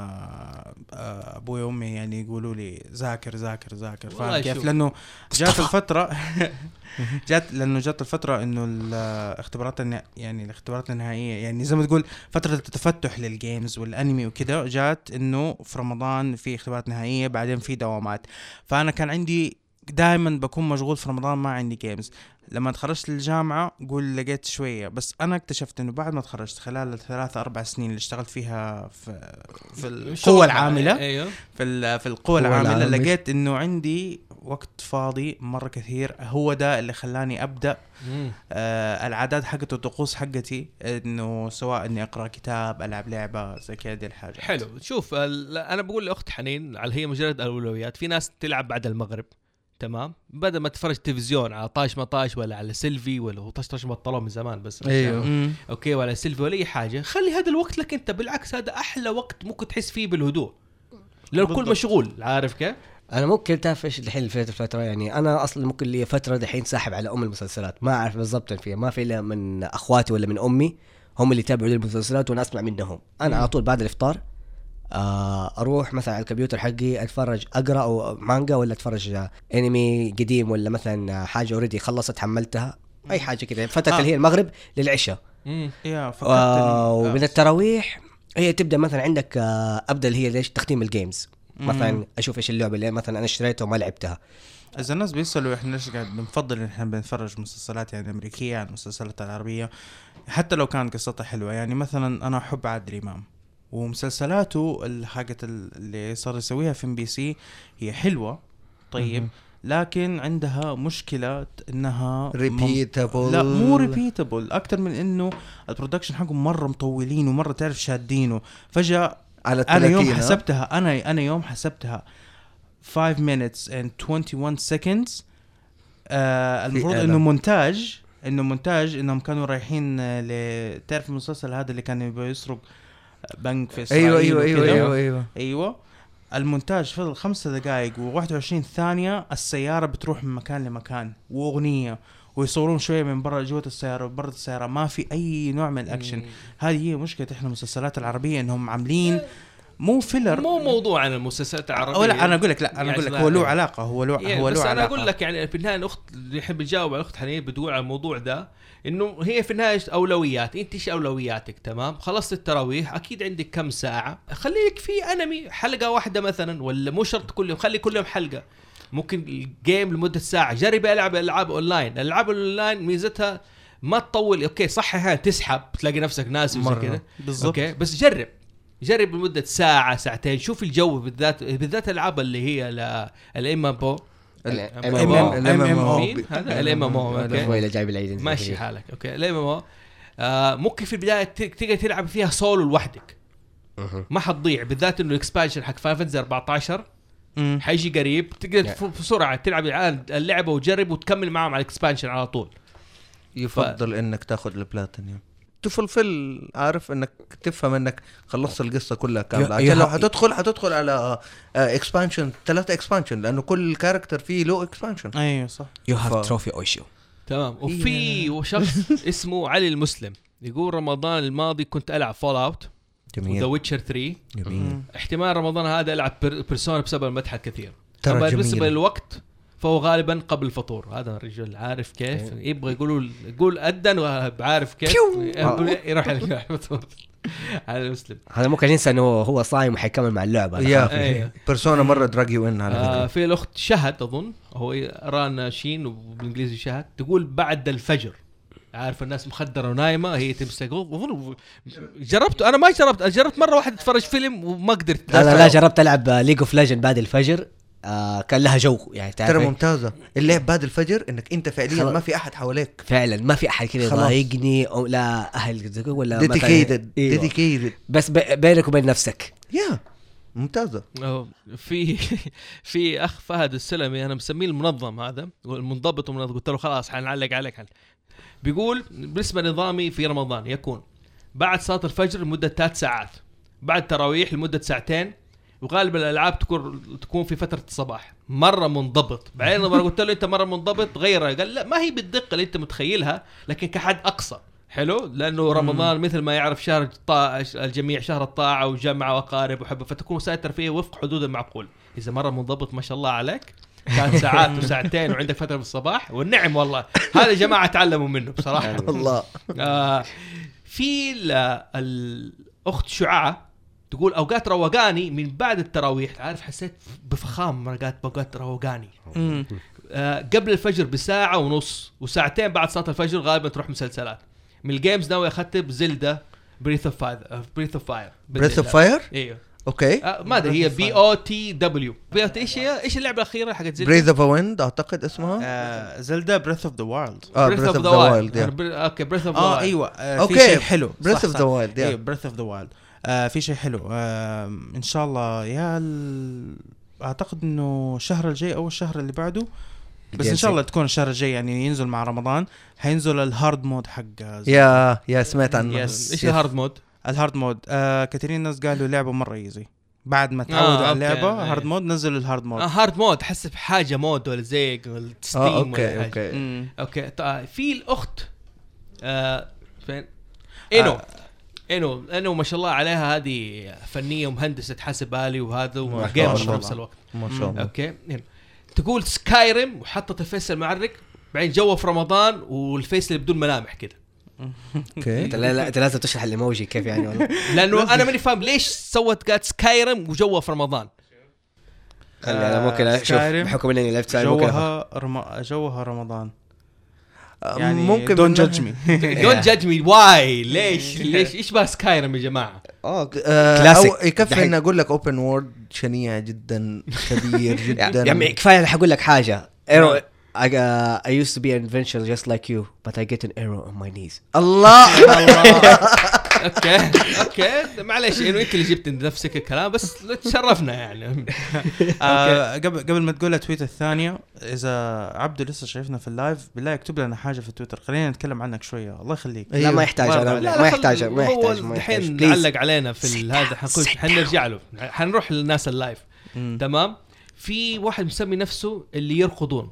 ابوي وامي يعني يقولوا لي ذاكر ذاكر ذاكر. فاهم كيف؟ لانه جات الفتره جات لانه جات الفتره انه الاختبارات يعني الاختبارات النهائيه يعني زي ما تقول فتره التفتح للجيمز والانمي وكذا. جات انه في رمضان في اختبارات نهائيه بعدين في دوامات. فانا كان عندي دائما بكون مشغول في رمضان ما عندي جيمز. لما تخرجت للجامعة قول لقيت شوية. بس أنا اكتشفت إنه بعد ما تخرجت خلال الثلاثة أربع سنين اللي اشتغلت فيها في في القوة العاملة أيوه. في في القوة العاملة لقيت إنه عندي وقت فاضي مرة كثير. هو ده اللي خلاني أبدأ آه العادات حقتي والطقوس حقتي إنه سواء إني أقرأ كتاب ألعب لعبة زي كذا دي الحاجة. حلو. شوف أنا بقول لأخت حنين على هي مجرد أولويات. في ناس تلعب بعد المغرب تمام بدل ما تفرج تلفزيون على طاش مطاش ولا على سيلفي ولا طاش طاش بطلوا من زمان بس ايوه اوكي ولا سيلفي ولا اي حاجه. خلي هذا الوقت لك انت. بالعكس هذا احلى وقت ممكن تحس فيه بالهدوء لو الكل مشغول عارف كيف. انا ممكن تعرف ايش الحين في الفتره يعني انا اصلا ممكن لي فتره دحين ساحب على ام المسلسلات ما اعرف بالضبط فيها. ما في الا من اخواتي ولا من امي هم اللي يتابعوا المسلسلات وانا اسمع منهم. انا على طول بعد الافطار اروح مثلا على الكمبيوتر حقي اتفرج اقرا او مانجا ولا اتفرج انمي قديم ولا مثلا حاجه اوريدي خلصت حملتها اي حاجه كده فتره آه. اللي هي المغرب للعشاء يا آه ومن التراويح هي تبدا مثلا عندك آه ابدا اللي هي ليش تختيم الجيمز مثلا اشوف ايش اللعبه اللي مثلا انا اشتريتها وما لعبتها. اذا الناس بيسالوا احنا ليش قاعد بنفضل ان احنا بنتفرج مسلسلات يعني امريكيه عن المسلسلات العربيه حتى لو كانت قصتها حلوه. يعني مثلا انا احب عادل امام ومسلسلاته الحاجة اللي صار يسويها في ام بي سي هي حلوة طيب لكن عندها مشكلة انها ريبيتابل مم... لا مو ريبيتابل اكتر من انه البرودكشن حقهم مرة مطولين ومرة تعرف شادينه. فجأة على انا يوم حسبتها انا انا يوم حسبتها five minutes and twenty-one seconds آه المفروض انه مونتاج انه مونتاج انهم كانوا رايحين ل تعرف المسلسل هذا اللي كان يبغى يسرق بنك في إسرائيل. أيوة أيوة أيوة, أيوة أيوة أيوة المونتاج فضل خمسة دقائق وواحد وعشرين ثانية. السيارة بتروح من مكان لمكان وأغنية ويصورون شوية من برا جوة السيارة وبرا السيارة ما في أي نوع من الأكشن. هذه هي مشكلة إحنا المسلسلات العربية إنهم عاملين مو فيلر. مو موضوع عن المسلسلات العربية ولا أنا أقول لك لا أنا أقول لك هو له علاقة هو له يعني هو له علاقة. أنا أقول لك يعني في النهاية الأخت اللي يحب يجاوب على الأخت حنين بتقول على الموضوع ده إنه هي في النهاية أولويات. أنت إيش أولوياتك تمام؟ خلصت التراويح أكيد عندك كم ساعة خليك في أنمي حلقة واحدة مثلا ولا مو شرط كل يوم خلي كل يوم حلقة. ممكن الجيم لمدة ساعة. جرب ألعب ألعاب أونلاين. الألعاب أونلاين ميزتها ما تطول أوكي صح ها تسحب تلاقي نفسك ناسي وزي كده بالضبط أوكي بس جرب جرب لمدة ساعة ساعتين شوف الجو بالذات بالذات الألعاب اللي هي الام ام او الام ام او هذا الام ام او اوكي جايب العيد ماشي حالك اوكي الام ام او ممكن في البداية تقدر تلعب فيها سولو لوحدك ما حتضيع بالذات انه الاكسبانشن حق فاينل فانتسي أربعة عشر مم. حيجي قريب تقدر بسرعه تلعب اللعبه وتجرب وتكمل معهم على الاكسبانشن على طول. يفضل ف... انك تاخذ البلاتينيوم تفلفل، عارف انك تفهم انك خلصت القصه كلها كامله، عشان لو حتدخل حتدخل على اكسبانشن ثلاثه اكسبانشن، لانه كل كاركتر فيه له اكسبانشن. ايوه صح. يو هاف تروفي اوشيو. تمام. وفي شخص اسمه علي المسلم يقول رمضان الماضي كنت العب فول اوت وذا ويتشر ثري. جميل. احتمال رمضان هذا العب بيرسونا بسبب المدح الكثير. ترى بالنسبه للوقت فهو غالبا قبل الفطور. هذا الرجل عارف كيف يبغى يقولوا يقول أدن وعارف كيف يروح الفطور. على المسلم هذا ممكن ينسى انه هو صايم وحيكمل مع اللعبه. يا بيرسونا مره دراج يو ان على آه في الاخت شهد اظن هو رانا شين وبالانجليزي شهد تقول بعد الفجر. عارف الناس مخدره ونايمه هي تمسك. جربت انا ما جربت جربت مره واحده اتفرج فيلم وما قدرت. لا لا جربت العب ليج اوف ليجند بعد الفجر. آه كان لها جو يعني ترى ممتازه اللعب بعد الفجر انك انت فعليا ما في احد حواليك فعلا ما في احد كذا يضايقني او لا اهل ولا ديديكيتد ديديكيتد بس بينك وبين نفسك. يا ممتازه. في في اخ فهد السلمي انا مسميه المنظم هذا والمنضبط ومنظم قلت له خلاص حنعلق عليك حل. بيقول بالنسبه نظامي في رمضان يكون بعد صلاه الفجر لمده ثلاث ساعات، بعد تراويح لمده ساعتين، وغالبا الالعاب تكون تكون في فتره الصباح. مره منضبط. بعدين انا قلت له انت مره منضبط غيرها، قال لا ما هي بالدقه اللي انت متخيلها لكن كحد اقصى حلو، لانه رمضان مثل ما يعرف شهر الطاعه الجميع شهر الطاعه وجمعه واقارب وحب، فتكون وسائل ترفيه وفق حدود المعقول. اذا مره منضبط ما شاء الله عليك ثلاث ساعات وساعتين وعندك فتره في الصباح والنعم والله هذا جماعه تعلموا منه بصراحه والله. آه في الاخت شعاع تقول اوقات روقاني من بعد التراويح. عارف حسيت بفخام مرقات بوقات روقاني آه قبل الفجر بساعه ونص وساعتين بعد صلاه الفجر غالبا تروح مسلسلات. من الجيمز ناوي اختم زلدا بريث اوف فاير بريث اوف فاير بريث اوف فاير ايوه اوكي آه ما ادري هي بي او تي دبليو بي او تي. ايش هي ايش اللعبه الاخيره حقت زلدا؟ بريث اوف ويند اعتقد اسمها آه زلدا بريث اوف ذا وايلد. اه بريث اوف ذا وايلد اوكي بريث اوف ذا اه وايلد ايوه آه اوكي في شيء حلو بريث اوف ذا وايلد. ايوه بريث اوف ذا وايلد آه في شيء حلو آه ان شاء الله يا ال... اعتقد انه الشهر الجاي او الشهر اللي بعده بس ان شاء الله تكون الشهر الجاي يعني ينزل مع رمضان حينزل الهارد مود حق يا يا سمعت عنه. ايش الهارد مود؟ الهارد مود آه كثيرين الناس قالوا لعبه مره ايزي بعد ما تعودوا آه على اللعبه هارد مود نزلوا الهارد مود. آه هارد مود حس بحاجه مود ولا زي ستيم آه اوكي اوكي مم. اوكي طيب في الاخت آه فين انو آه. انو انو ما شاء الله عليها هذه فنيه ومهندسه حاسب آلي وهذا وجيمر في نفس الوقت ما شاء الله. اوكي تقول سكايرم وحطت الفيس المعرق بعدين جوه في رمضان والفيس اللي بدون ملامح كده. اوكي لا لا انت لازم تشرح الايموجي كيف يعني والله لانه انا ماني فاهم ليش سوت قالت سكايرم وجوه في رمضان. خلي انا ممكن اشوف بحكم اني لعبت ساعه جوها رم... جوها رمضان يعني ممكن دون جادج مي دون جادج مي واي ليش ليش ايش بقى سكايرم يا جماعه؟ اه كلاسيك. يكفي ان اقول لك اوبن وورد شنيع جدا كبير جدا يعني كفايه انا حقول لك حاجه ايرو I, uh, I used to be an adventurer just like you but I get an arrow on my knees. الله اوكي اوكي معلش انه انت اللي جبت نفسك الكلام بس تشرفنا يعني. آه قبل قبل ما تقول التويت الثانيه اذا عبده لسه شايفنا في اللايف بالله اكتب لنا حاجه في تويتر خلينا نتكلم عنك شويه الله يخليك. لا ما يحتاج لا ما يحتاج ما يحتاج هو الحين نعلق علينا في هذا حنقول حنرجع له حنروح للناس اللايف تمام. في واحد مسمي نفسه اللي يركضون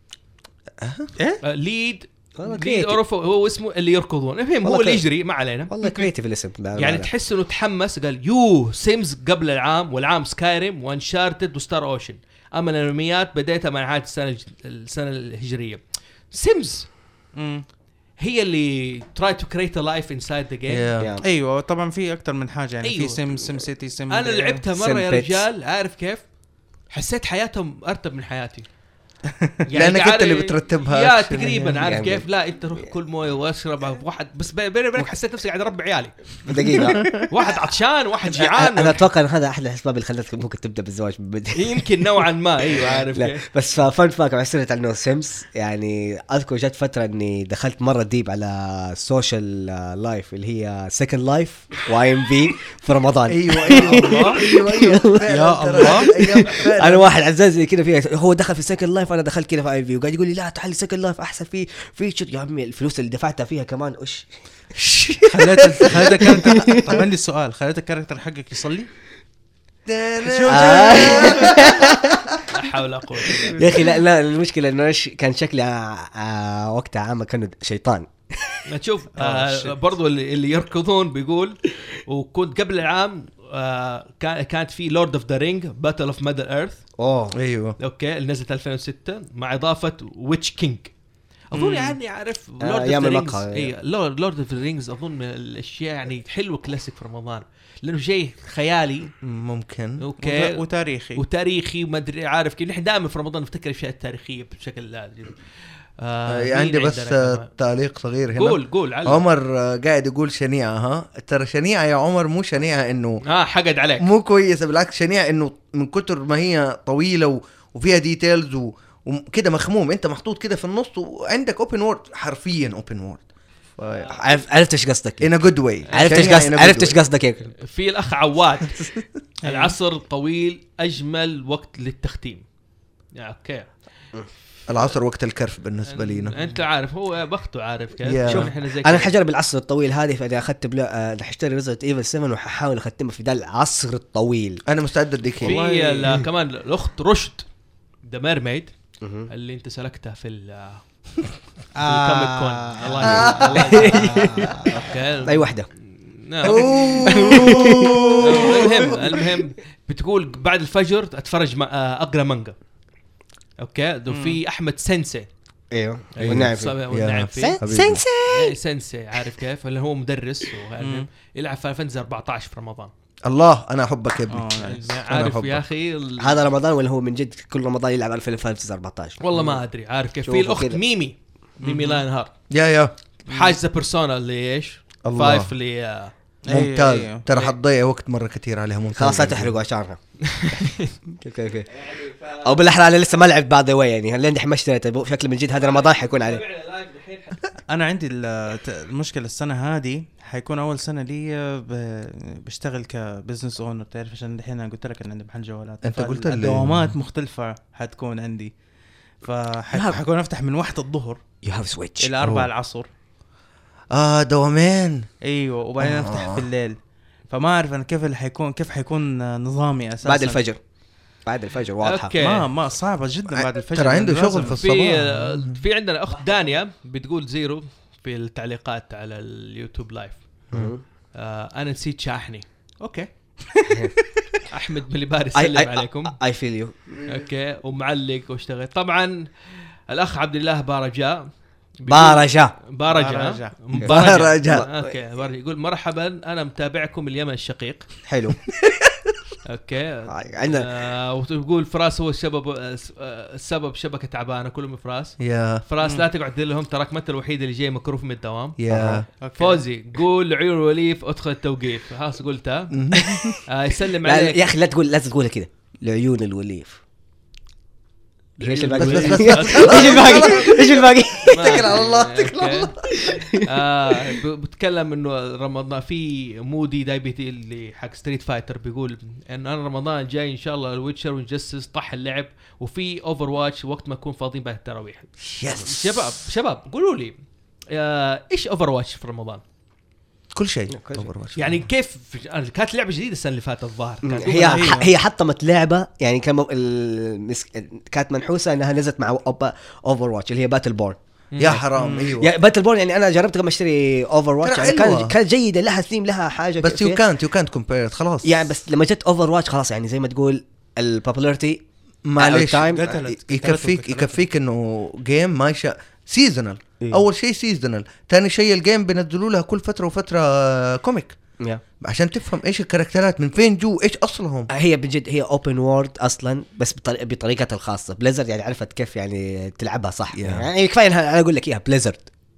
ايه ليد ليد أوروفو هو اسمه اللي يركضون. المهم هو اللي يجري ما علينا والله كريتيف الاسم يعني تحس انه تحمس قال يو سيمز قبل العام والعام سكايريم وانشارتد وستار اوشن اما الانميات بديتها مع نهايه السنه السنه الهجريه. سيمز هي اللي try to create a life inside the game. yeah. ايوه طبعا في اكتر من حاجه يعني أيوة. في سيم سيم سيتي سيم انا لعبتها مره يا رجال عارف كيف حسيت حياتهم ارتب من حياتي. لانك انت اللي بترتبها يا أكشن تقريبا يعني. عارف يعني كيف. لا انت روح كل مويه واشرب واحد بس بيني وبينك حسيت نفسي قاعد اربي عيالي دقيقة واحد عطشان واحد انا جيعان اتوقع ان هذا احد الاسباب اللي خلتك ممكن تبدا بالزواج من بدري. يمكن نوعا ما ايوه عارف لا كيف. بس فان فاك على سيرة انه سيمز يعني اذكر جت فتره اني دخلت مره ديب على السوشيال لايف اللي هي سكند لايف واي ام بي في رمضان. ايوه ايوه ايوه ايوه يا الله. انا واحد عزاز زي كذا فيها هو دخل في سكند لايف انا دخلت كذا في اي في وقاعد يقول لي لا تعال سكند لايف احسن فيه فيتشر يا عمي الفلوس اللي دفعتها فيها كمان وش خليت خليت الكاركتر. طب عندي سؤال، خليت الكاركتر حقك يصلي؟ لا حول ولا قوه يا اخي لا لا المشكله انه ايش كان شكلي آه، آه، وقتها عام كانه شيطان. تشوف آه برضو اللي, اللي يركضون بيقول وكنت قبل العام آه كانت في لورد اوف ذا رينج باتل اوف ميدل ايرث اوه ايوه اوكي اللي نزلت ألفين وستة مع اضافه ويتش كينج اظن يعني عارف آه، لورد أيام اوف ذا المقهى. رينجز اي لورد اوف ذا رينجز اظن من الاشياء يعني حلوه كلاسيك في رمضان لانه شيء خيالي ممكن اوكي وتاريخي وتاريخي وما ادري عارف كيف نحن دائما في رمضان نفتكر الاشياء التاريخيه بشكل لازم. آه مين عندي بس عندنا آه كمان؟ تعليق صغير هنا. قول قول علي. عمر آه قاعد يقول شنيعة. ها ترى شنيعة يا عمر، مو شنيعة انه اه حقد عليك مو كويسة، بالعكس شنيعة انه من كتر ما هي طويلة و... وفيها ديتيلز و... وكده مخموم، انت محطوط كده في النص وعندك اوبن وورد، حرفيا اوبن وورد. عرفت عرفت ايش قصدك in a good way. عرفت ايش شنيعة قصدك in a good عرفت ايش way. قصدك يا في الاخ عواد العصر طويل اجمل وقت للتختيم. يا اوكي العصر وقت الكرف بالنسبة لينا. انت عارف هو بخته عارف كيف. Yeah. شوف احنا زي انا كده. حجرب العصر الطويل هذه فاذا اخذت بلا رح اشتري ريزلت ايفل سبعة وححاول اختمها في ذا العصر الطويل. انا مستعد اديك في هي. ال- كمان الاخت رشد ذا ميرميد اللي انت سلكتها في ال في الكوميك كون. الله يهديك. الله يهديك. اوكي اي واحده نعم. المهم المهم بتقول بعد الفجر اتفرج مع- آه، اقرا مانجا. اوكي وفي احمد سensei ايوه أيوة. والنعم صاب- فيه. والنعم فيه. حبيبي. سنسي إيه، سensei عارف كيف اللي هو مدرس وهالمهم يلعب في فانتزي أربعة عشر في رمضان. الله انا احبك يا ابني. آه، نايس. عارف أحبه. يا اخي ال- هذا رمضان ولا هو من جد كل رمضان يلعب فيلم فانتسي أربعة عشر؟ والله ما ادري عارف كيف. شوف في الاخت كده. ميمي ميمي لاين هارت يا يا حاجزه بيرسونا اللي ايش الله. فايف اللي آه، ممتاز. أيوه. ترى حتضيع وقت مرة كثير عليها. ممتاز. خلاص لا تحرقوا عشانها. كيف كيف كيف او بالاحرى انا لسه ما لعبت بعد واي يعني لين دحين ما اشتريته شكله من جد هذا رمضان حيكون عليه. انا عندي ال- ت- المشكله السنه هذه حيكون اول سنه لي ب- بشتغل كبزنس اونر، تعرف عشان الحين انا قلت لك ان عندي محل جوالات. أنت قلت لي. الدوامات مختلفه حتكون عندي، فحكون افتح من واحد الظهر يو هاف سويتش الى أربعة أوه. العصر. اه دوامين. ايوه وبعدين آه. افتح في الليل، فما اعرف انا كيف اللي حيكون كيف حيكون نظامي اساسا بعد الفجر بعد الفجر واضحه. أوكي. ما ما صعبه جدا بعد الفجر. ترى عنده لازم- شغل في في الصباح. آه، في عندنا اخت دانيا بتقول زيرو في التعليقات على اليوتيوب لايف. آه انا نسيت شاحني. اوكي احمد بليباري سلم عليكم. اي فيل يو. اوكي ومعلق واشتغل طبعا. الاخ عبد الله بارجاء بارجا بارجاء بارجاء. بارجاء. اوكي بارجاء يقول مرحبا انا متابعكم اليمن الشقيق. حلو. اوكي عندنا آه وتقول فراس هو السبب آه السبب شبكه تعبانه كلهم فراس. يا فراس لا تقعد تدير لهم تراك ما انت الوحيد اللي جاي مكروف من الدوام. يا أوكي. فوزي قول عيون وليف ادخل التوقيف. خلاص قلتها. آه يسلم لا عليك يا اخي لا تقول لازم تقولها كذا لعيون الوليف. ايش الباقي؟ بس- بس- ايش الباقي؟ ايش الباقي؟ اتكل على الله، اتكل على الله. آه ب- بتكلم انه رمضان في مودي دايبيتي اللي حق ستريت فايتر بيقول انه انا رمضان جاي ان شاء الله الويتشر ونجسس طح اللعب وفي اوفر واتش وقت ما نكون فاضيين بعد التراويح. يس. شباب شباب قولوا لي آه ايش اوفر واتش في رمضان؟ كل شيء. كل شيء. يعني كيف كانت لعبه جديده السنه اللي فاتت الظاهر كانت هي أيوة. هي حطمت لعبه يعني كان مو- المس... كانت منحوسه انها نزلت مع اوفر واتش اللي هي باتل بورن. يا حرام. ايوه يا باتل بورن يعني انا جربت قبل اشتري اوفر واتش ترى يعني حلوة. كان كانت جيده لها ثيم لها حاجه بس يو كيف- كانت يو كانت كومبير خلاص. يعني بس لما جت اوفر واتش خلاص يعني زي ما تقول البوبولاريتي معليش time. قتلت- يكفيك قتلت- يكفيك انه جيم ماشي سيزونال. إيه. اول شيء سيزونال، ثاني شيء الجيم بينزلوا لها كل فتره وفتره كوميك. yeah. عشان تفهم ايش الكاركترات من فين جو ايش اصلهم. هي بجد هي اوبن وورد اصلا بس بطريقة بطريقتها الخاصه. بليزرد يعني عرفت كيف يعني تلعبها صح. Yeah. يعني كفايه انا اقول لك اياها بليزرد.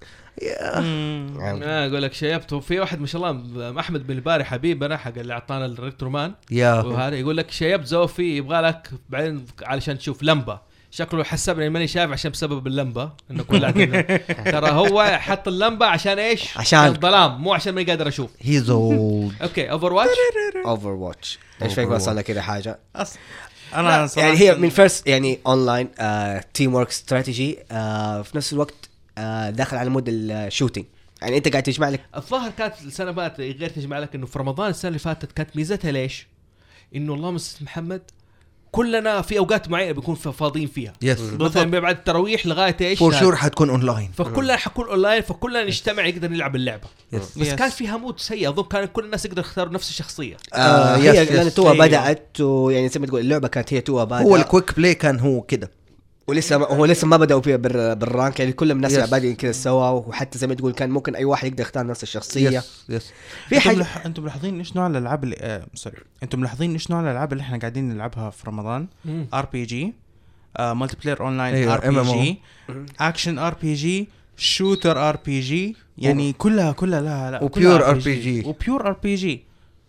انا اقول لك شيبت وفي واحد ما شاء الله احمد بن الباري حبيبنا حق اللي اعطانا الريترومان يا وهذا يقول لك شيبت زوفي يبغى لك بعدين علشان تشوف لمبه شكله حسبني ماني شايف عشان بسبب اللمبه انه كلها ترى هو حط اللمبه عشان ايش عشان الظلام مو عشان ما قادر اشوف. هيز اولد. اوكي اوفر واتش اوفر واتش ايش فيك وصلنا كده حاجه أص... انا يعني هي من فيرست يعني اونلاين تيم ورك استراتيجي في نفس الوقت آه داخل على مود الشوتينج. يعني انت قاعد تجمع لك الظاهر كانت السنه بات غير تجمع لك انه في رمضان السنه اللي فاتت كانت ميزتها ليش انه اللهم صل محمد كلنا في اوقات معينه بيكون فاضيين فيها يس مثلا بعد التراويح لغايه ايش فور شور حتكون اونلاين فكلنا حكون اونلاين فكلنا نجتمع يقدر نلعب اللعبه. يس بس Yes. كان فيها مود سيء اظن كان كل الناس يقدر يختاروا نفس الشخصيه. آه يس، هي يس. لان توها أيوه. بدات ويعني زي ما تقول اللعبه كانت هي توها بادئه هو الكويك بلاي كان هو كده ولسه ما هو لسه ما بداوا فيها بال- بالرانك. يعني كل الناس Yes. بادئين كذا سوا وحتى زي ما تقول كان ممكن اي واحد يقدر يختار نفس الشخصيه. يس يس في انتم حاجه ملح... انتم ملاحظين ايش نوع الالعاب اللي آه... سوري انتم ملاحظين ايش نوع الالعاب اللي احنا قاعدين نلعبها في رمضان؟ ار بي جي مالتي بلاير اونلاين أيوة، ار بي جي اكشن ار بي جي شوتر ار بي جي يعني كلها كلها لا لا وبيور ار بي جي وبيور ار بي جي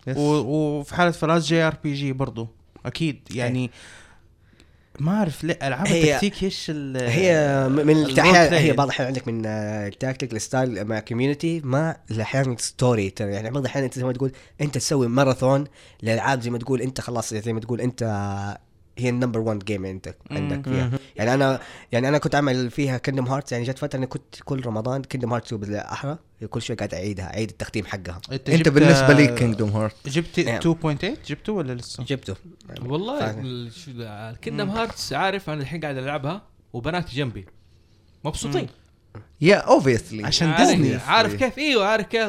وفي حاله فراس جي ار بي جي برضو اكيد يعني ما اعرف ليه العاب هي- التكتيك ايش ال- هي م- من الرول الاحيان بلاي. هي بعض الاحيان عندك من التاكتيك الستايل مع كوميونتي مع الاحيان ستوري. يعني بعض الاحيان انت زي ما تقول انت تسوي ماراثون للالعاب زي ما تقول انت خلاص زي ما تقول انت هي النمبر وان جيم انت عندك فيها. يعني انا يعني انا كنت اعمل فيها كيندم هارتس. يعني جت فتره اني كنت كل رمضان كيندم هارتس بالاحرى كل شوي قاعد اعيدها اعيد التختيم حقها. انت جبت- بالنسبه لي كينجدوم هارت جبت نعم. اثنين فاصلة ثمانية جبته ولا لسه؟ جبته والله فاهم. الكيندم هارتس عارف انا الحين قاعد العبها وبناتي جنبي مبسوطين يا اوبسلي عشان عارف- ديزني. عارف كيف ايوه عارف كيف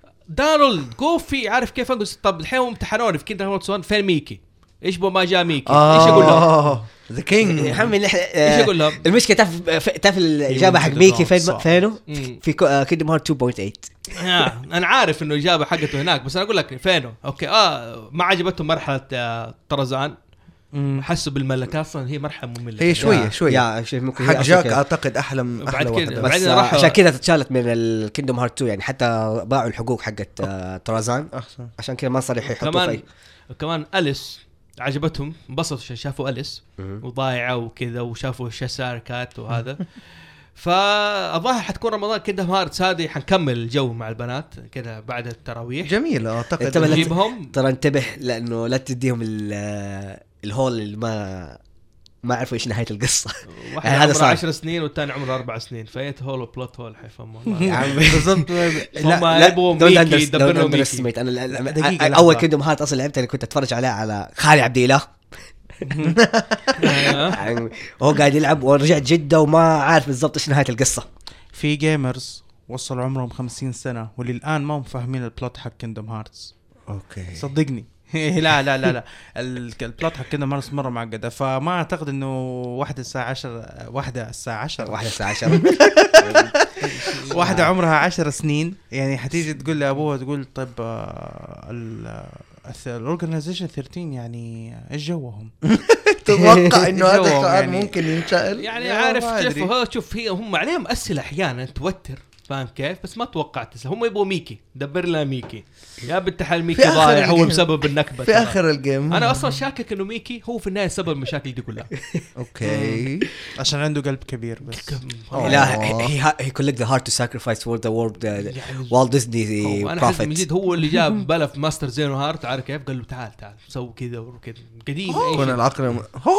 دارول جوفي عارف كيف اقول طب الحين هم امتحنوني في كيندم هارتس واحد فين ميكي ايش بو ما جاء ميكي ايش اقول لهم ذا كينج يا عمي نحن ايش اقول لهم المشكله تعرف تعرف الاجابه حق wanted ميكي the فين wrong فينه مم. في كيندم هارت تو بوينت ثمانية. آه، انا عارف انه الاجابه حقته هناك بس انا اقول لك فينه اوكي اه ما عجبتهم مرحله آه، طرزان حسوا بالملكه اصلا هي مرحله ممله هي شويه شويه يا شيء ممكن حق هي جاك أصلاً اعتقد احلى من بعد احلى كده- واحده بس بعدين آه، راحوا- عشان كذا تشالت من الكيندم هارت تو. يعني حتى باعوا الحقوق حقت آه، طرزان احسن عشان كذا ما صار يحطوا كمان في كمان أليس عجبتهم انبسطوا عشان شافوا أليس وضايعه وكذا وشافوا شساركات وهذا فالظاهر حتكون رمضان كده هارتس هذه حنكمل الجو مع البنات كده بعد التراويح جميل اعتقد انتبه لا- نجيبهم ترى انتبه لانه لا تديهم ال- آه، الهول اللي ما ما عرفوا ايش نهايه القصه. واحد يعني هذا عمره صار. عشر سنين والثاني عمره أربع سنين فايت هول وبلوت هول حيفهموا يا عمي بالضبط. هم يبغوا ميكي يدبروا ميكي ميكي. انا ال- ال- دقيقة، اول لحظة. كيندم هارت اصلا لعبتها اللي كنت اتفرج عليها على خالي عبد الاله آه. يعني وهو قاعد يلعب ورجعت جده وما عارف بالضبط ايش نهايه القصه. في جيمرز وصلوا عمرهم خمسين سنة وللآن ما هم فاهمين البلوت حق كيندم هارتس اوكي صدقني. لا لا لا لا ال- البلوت حق كيندم هارتس مرة معقدة فما أعتقد إنه واحدة الساعة عشر واحدة الساعة عشر واحدة الساعه عشرة واحدة عمرها عشر سنين يعني حتيجي تقول لأبوها تقول طيب الأورجنايزيشن ثلاثة عشر يعني إيش جوهم؟ تتوقع انه هذا جوهم السؤال يعني. ممكن ينسال يعني لا، عارف ما كيف أدري. هو شوف هي هم عليهم اسئله احيانا توتر فاهم كيف بس ما توقعت تسأل. هم يبغوا ميكي دبر لنا ميكي يا بنت حال ميكي في آخر ضايع هو الجيم. بسبب النكبه في ترى. اخر الجيم انا اصلا شاكك انه ميكي هو في النهايه سبب المشاكل دي كلها اوكي عشان عنده قلب كبير بس أوه. لا هي هي كولكت ذا هارت تو ساكريفايس فور ذا وورد يعني والت ديزني هو انا حاسس من بروفيت. جد هو اللي جاب بلا في ماستر زينو هارت عارف كيف قال له تعال تعال سوي كذا وكذا قديم أي كون شيء. العقل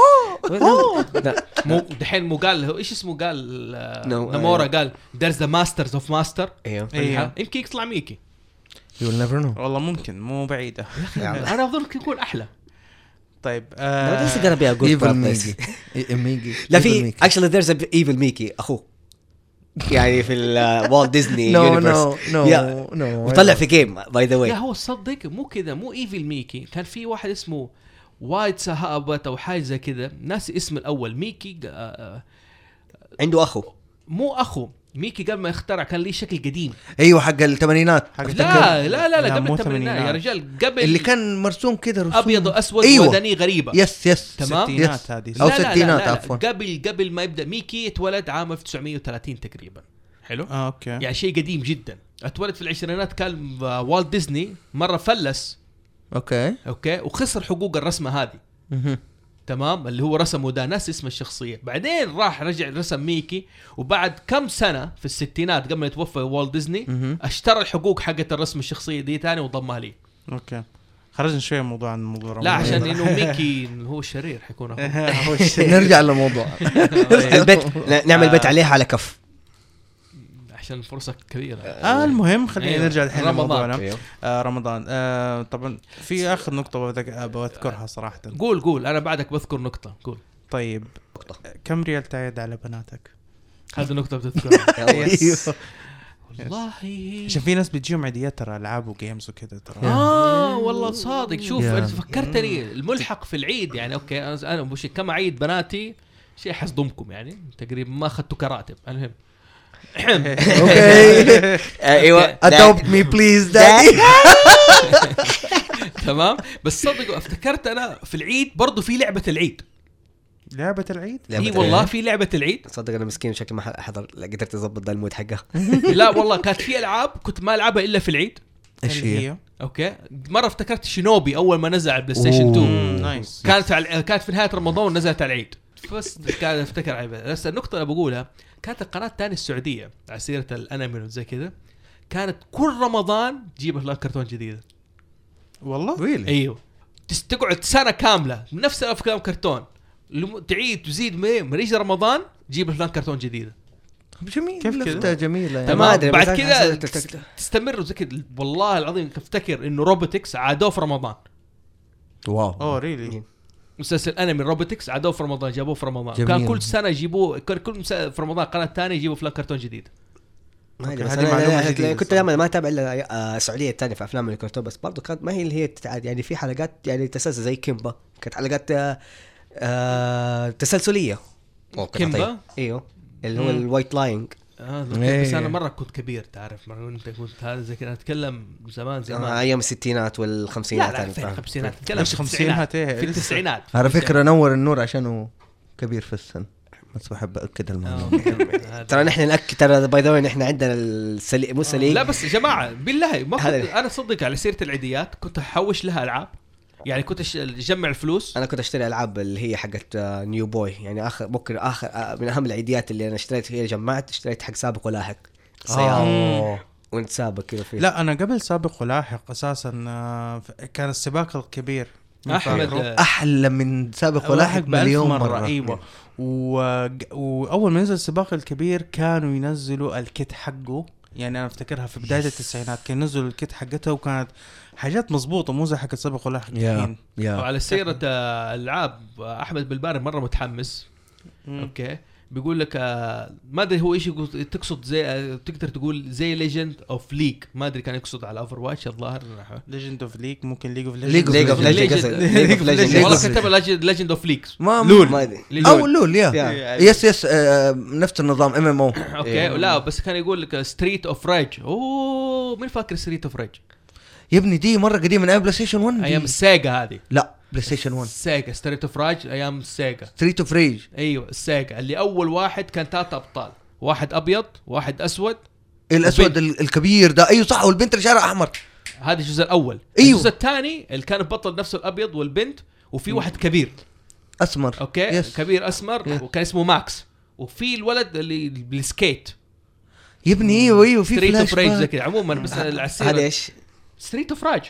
لا مو دحين مو قال هو ايش اسمه قال آه، No, نامورا uh, قال there's the masters of master ايوه أيوه. يمكن يطلع ميكي يو ويل نيفر نو والله ممكن مو بعيدة. انا اظن يكون احلى طيب No, آه this is gonna be a good ايفل purpose. ميجي ميجي لا في actually there's a evil ميكي اخوه يعني في الوالت ديزني نو يونيفرس نو نو نو وطلع في جيم باي ذا لا واي. هو صدق مو كذا مو ايفل ميكي كان في واحد اسمه وايد سهابت او حاجه زي كذا ناسي اسم الاول ميكي آه، آه، عنده اخو مو اخو ميكي قبل ما يخترع كان ليه شكل قديم. ايوه حق الثمانينات. حق لا لا لا, لا قبل مو الثمانينات يا رجال، قبل اللي كان مرسوم كده رسوم ابيض واسود أيوة. ودني غريبه. يس يس تمام. ستينات هذه أو لا لا ستينات لا لا عفوا. قبل قبل ما يبدا ميكي اتولد عام ألف وتسعمية وثلاثين تقريبا. حلو. آه، اوكي. يعني شيء قديم جدا. اتولد في العشرينات كان والت ديزني مره فلس. اوكي اوكي وخسر حقوق الرسمه هذه. مهم. تمام اللي هو رسمه ده ناس اسم الشخصيه. بعدين راح رجع رسم ميكي، وبعد كم سنه في الستينات قبل ما يتوفى والت ديزني مهم. اشترى الحقوق حقت الرسم الشخصيه دي تاني وضمها لي. اوكي خرجنا شويه من موضوع عن الموضوع لا عشان انه ميكي هو الشرير حيكون هو. هو الشيء. نرجع للموضوع. البيت ن- نعمل بيت عليها على كف. عشان فرصه كبيره. آه المهم خلينا أيوة. نرجع الحين رمضان. لموضوعنا. أيوه. آه رمضان. آه طبعا في اخر نقطه بذك- بذكرها صراحه. قول قول انا بعدك بذكر نقطه. قول طيب كم ريال تعيد على بناتك؟ هذه نقطه بتذكرها. أيوه. والله عشان في ناس بتجيهم عيديات ترى العاب وجيمز وكذا ترى. اه والله صادق. شوف يا. انت فكرتني الملحق في العيد يعني. اوكي انا انا مش كم عيد بناتي شيء حصدمكم يعني تقريبا ما اخذتوا كراتب. المهم اوكي ايوه adopt me please daddy. تمام. بس صدقوا افتكرت انا في العيد برضو في لعبه العيد. لعبه العيد؟ لعبة اي العيد. والله في لعبه العيد. صدق انا مسكين شكلي ما حضر لا قدرت اضبط ذا المود حقه. لا والله كانت في العاب كنت ما العبها الا في العيد. ايش اللي هي؟ هي؟ اوكي مره افتكرت شينوبي اول ما نزل على البلاي ستيشن أوه. تو. مم، نايس. كانت على كانت في نهايه رمضان ونزلت على العيد. بس كان افتكر عيب. بس النقطه اللي بقولها كانت القناه الثانيه السعوديه على سيره الانمي وزي كذا كانت كل رمضان تجيب لك كرتون جديد. والله really ايوه تقعد سنه كامله نفس الافلام كرتون لم- تعيد تزيد من يجي رمضان تجيب لك كرتون جديد. جميل كيف كده؟ لفتة جميلة يعني. ما أدري، بعد بس كذا حسيت- تس- تستمر زي كذا. والله العظيم افتكر انه روبوتكس عادوه في رمضان. واو اوه ريلي. مسلسل انمي روبوتكس عادوه في رمضان جابوه في رمضان. جميل. كان كل سنه يجيبوه كان كل مس- في رمضان قناه ثانيه يجيبوا فلان كرتون جديد. ما ادري هذه بس أنا- معلومة أنا جديدة كنت دائما ما اتابع الا آه، السعوديه الثانيه في افلام الكرتون، بس برضو كانت ما هي اللي هي تتعاد يعني. في حلقات يعني تسلسل زي كيمبا كانت حلقات آه، آه، تسلسليه. أوه، كانت كيمبا؟ طيب. ايوه اللي هو مم. الوايت لاينج. آه إيه. بس انا مره كنت كبير تعرف مره انت كنت هذا زي كذا اتكلم زمان زمان. آه، ايام الستينات لا والخمسينات. لا أنا في فاهم. الخمسينات اتكلم مش في خمسينات التسعينات. ايه في لسه. التسعينات على فكرة نور النور عشانه كبير في السن، بس بحب أكد الموضوع. آه. ترى نحن ناكد ترى باي ذا واي نحن عندنا السلي مو سليق. لا بس يا جماعه بالله ما كنت هذا- انا صدق على سيره العيديات كنت احوش لها العاب يعني. كنت أش- اجمع الفلوس. انا كنت اشتري العاب اللي هي حقت آه، نيو بوي يعني. اخر ممكن اخر آه، من اهم العيديات اللي انا اشتريت هي جمعت اشتريت حق سابق ولاحق سيارة آه. وانت سابق كذا فيه. لا انا قبل سابق ولاحق اساسا آه، ف- كان السباق الكبير احمد فاكره؟ آه، أحلى من سابق ولاحق بألف مليون مرة. ايوه. و... واول ما نزل السباق الكبير كانوا ينزلوا الكيت حقه يعني. انا افتكرها في بدايه التسعينات كانوا ينزلوا الكيت حقتها وكانت حاجات مضبوطه مو زي حق السابق ولاحق يا الحين. يا وعلى سيره آه، العاب آه، احمد بالباري مره متحمس. مم. اوكي بيقول لك آه، ما ادري هو ايش يقول تقصد زي آه، تقدر تقول زي ليجند اوف ليج. ما ادري كان يقصد على اوفر واتش الظاهر. ليجند اوف ليج ممكن ليج اوف League of ليج اوف Legends. ليجندز ليج اوف ليجندز والله Legends. كتب ليجند اوف ليجز. ما لول ما ادري أو لول يا يا. يس يس آه، نفس النظام ام ام او. اوكي لا بس كان يقول لك ستريت اوف ريج. اوه مين فاكر ستريت اوف ريج؟ يا ابني دي مرة قديمة من ايام بلاي ستيشن واحد دي. ايام السيجا هذه. لا بلاي ستيشن واحد السيجا ستريت اوف راج ايام السيجا. ستريت اوف ريج. ايوه السيجا اللي اول واحد كان ثلاثة ابطال، واحد ابيض واحد اسود. الاسود وبنت. ال- الكبير ده ايوه صح، والبنت اللي شعرها احمر. هذا الجزء الاول. أيوه. الجزء الثاني اللي كان البطل نفسه الابيض والبنت وفي واحد كبير. اسمر. اوكي يس. كبير اسمر يس. وكان اسمه ماكس. وفي الولد اللي بالسكيت يا ابني ايوه ايوه في ستريت اوف فلاش ريج زي باك. كذا. عموما بس هذا العسير ايش؟ ستريت اوف راج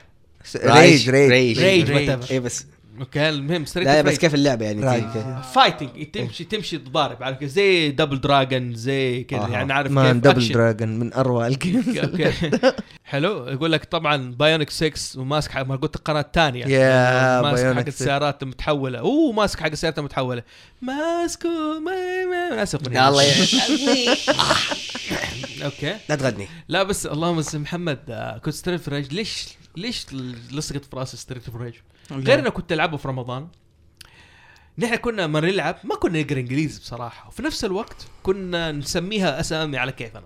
ريج ريج ريج ريج ريج. whatever. اي بس اوكي المهم ستريت لا اوف بس ريج كيف اللعبه يعني رايج. كيف- فايتنج تمشي تمشي تضارب عارف كيف؟ زي دبل دراجون زي كذا آه. يعني عارف مان كيف دبل أكشن. دراجون من اروع الجيم. اوكي حلو. يقول لك طبعا بايونيك ستة وماسك حق ما قلت القناه الثانيه يا ماسك حق بايونيك السيارات المتحوله. اوه ماسك حق السيارات المتحوله ماسكو ما ما ناسق يا الله يا- اوكي لا تغني. لا بس اللهم صل محمد آه، كنت ستريت في ريج. ليش ليش لصقت في راسي ستريت في ريج غير انه كنت العبه في رمضان. نحن كنا ما نلعب ما كنا نقرا انجليزي بصراحه، وفي نفس الوقت كنا نسميها اسامي على كيفنا.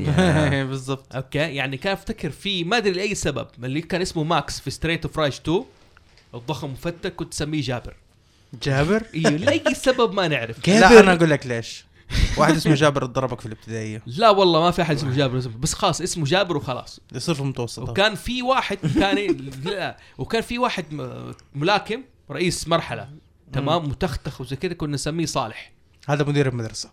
بالضبط. اوكي يعني كان افتكر في ما ادري لاي سبب اللي كان اسمه ماكس في ستريت اوف رايج تو الضخم مفتك كنت تسميه جابر. جابر ايوه لاي سبب ما نعرف. لا انا اقول لك ليش. واحد اسمه جابر ضربك في الابتدائيه. لا والله ما في احد اسمه جابر بس خلاص اسمه جابر وخلاص يصير في المتوسط. وكان في واحد كان لا وكان في واحد ملاكم رئيس مرحله تمام متختخ وزي كذا كنا نسميه صالح. هذا مدير المدرسه.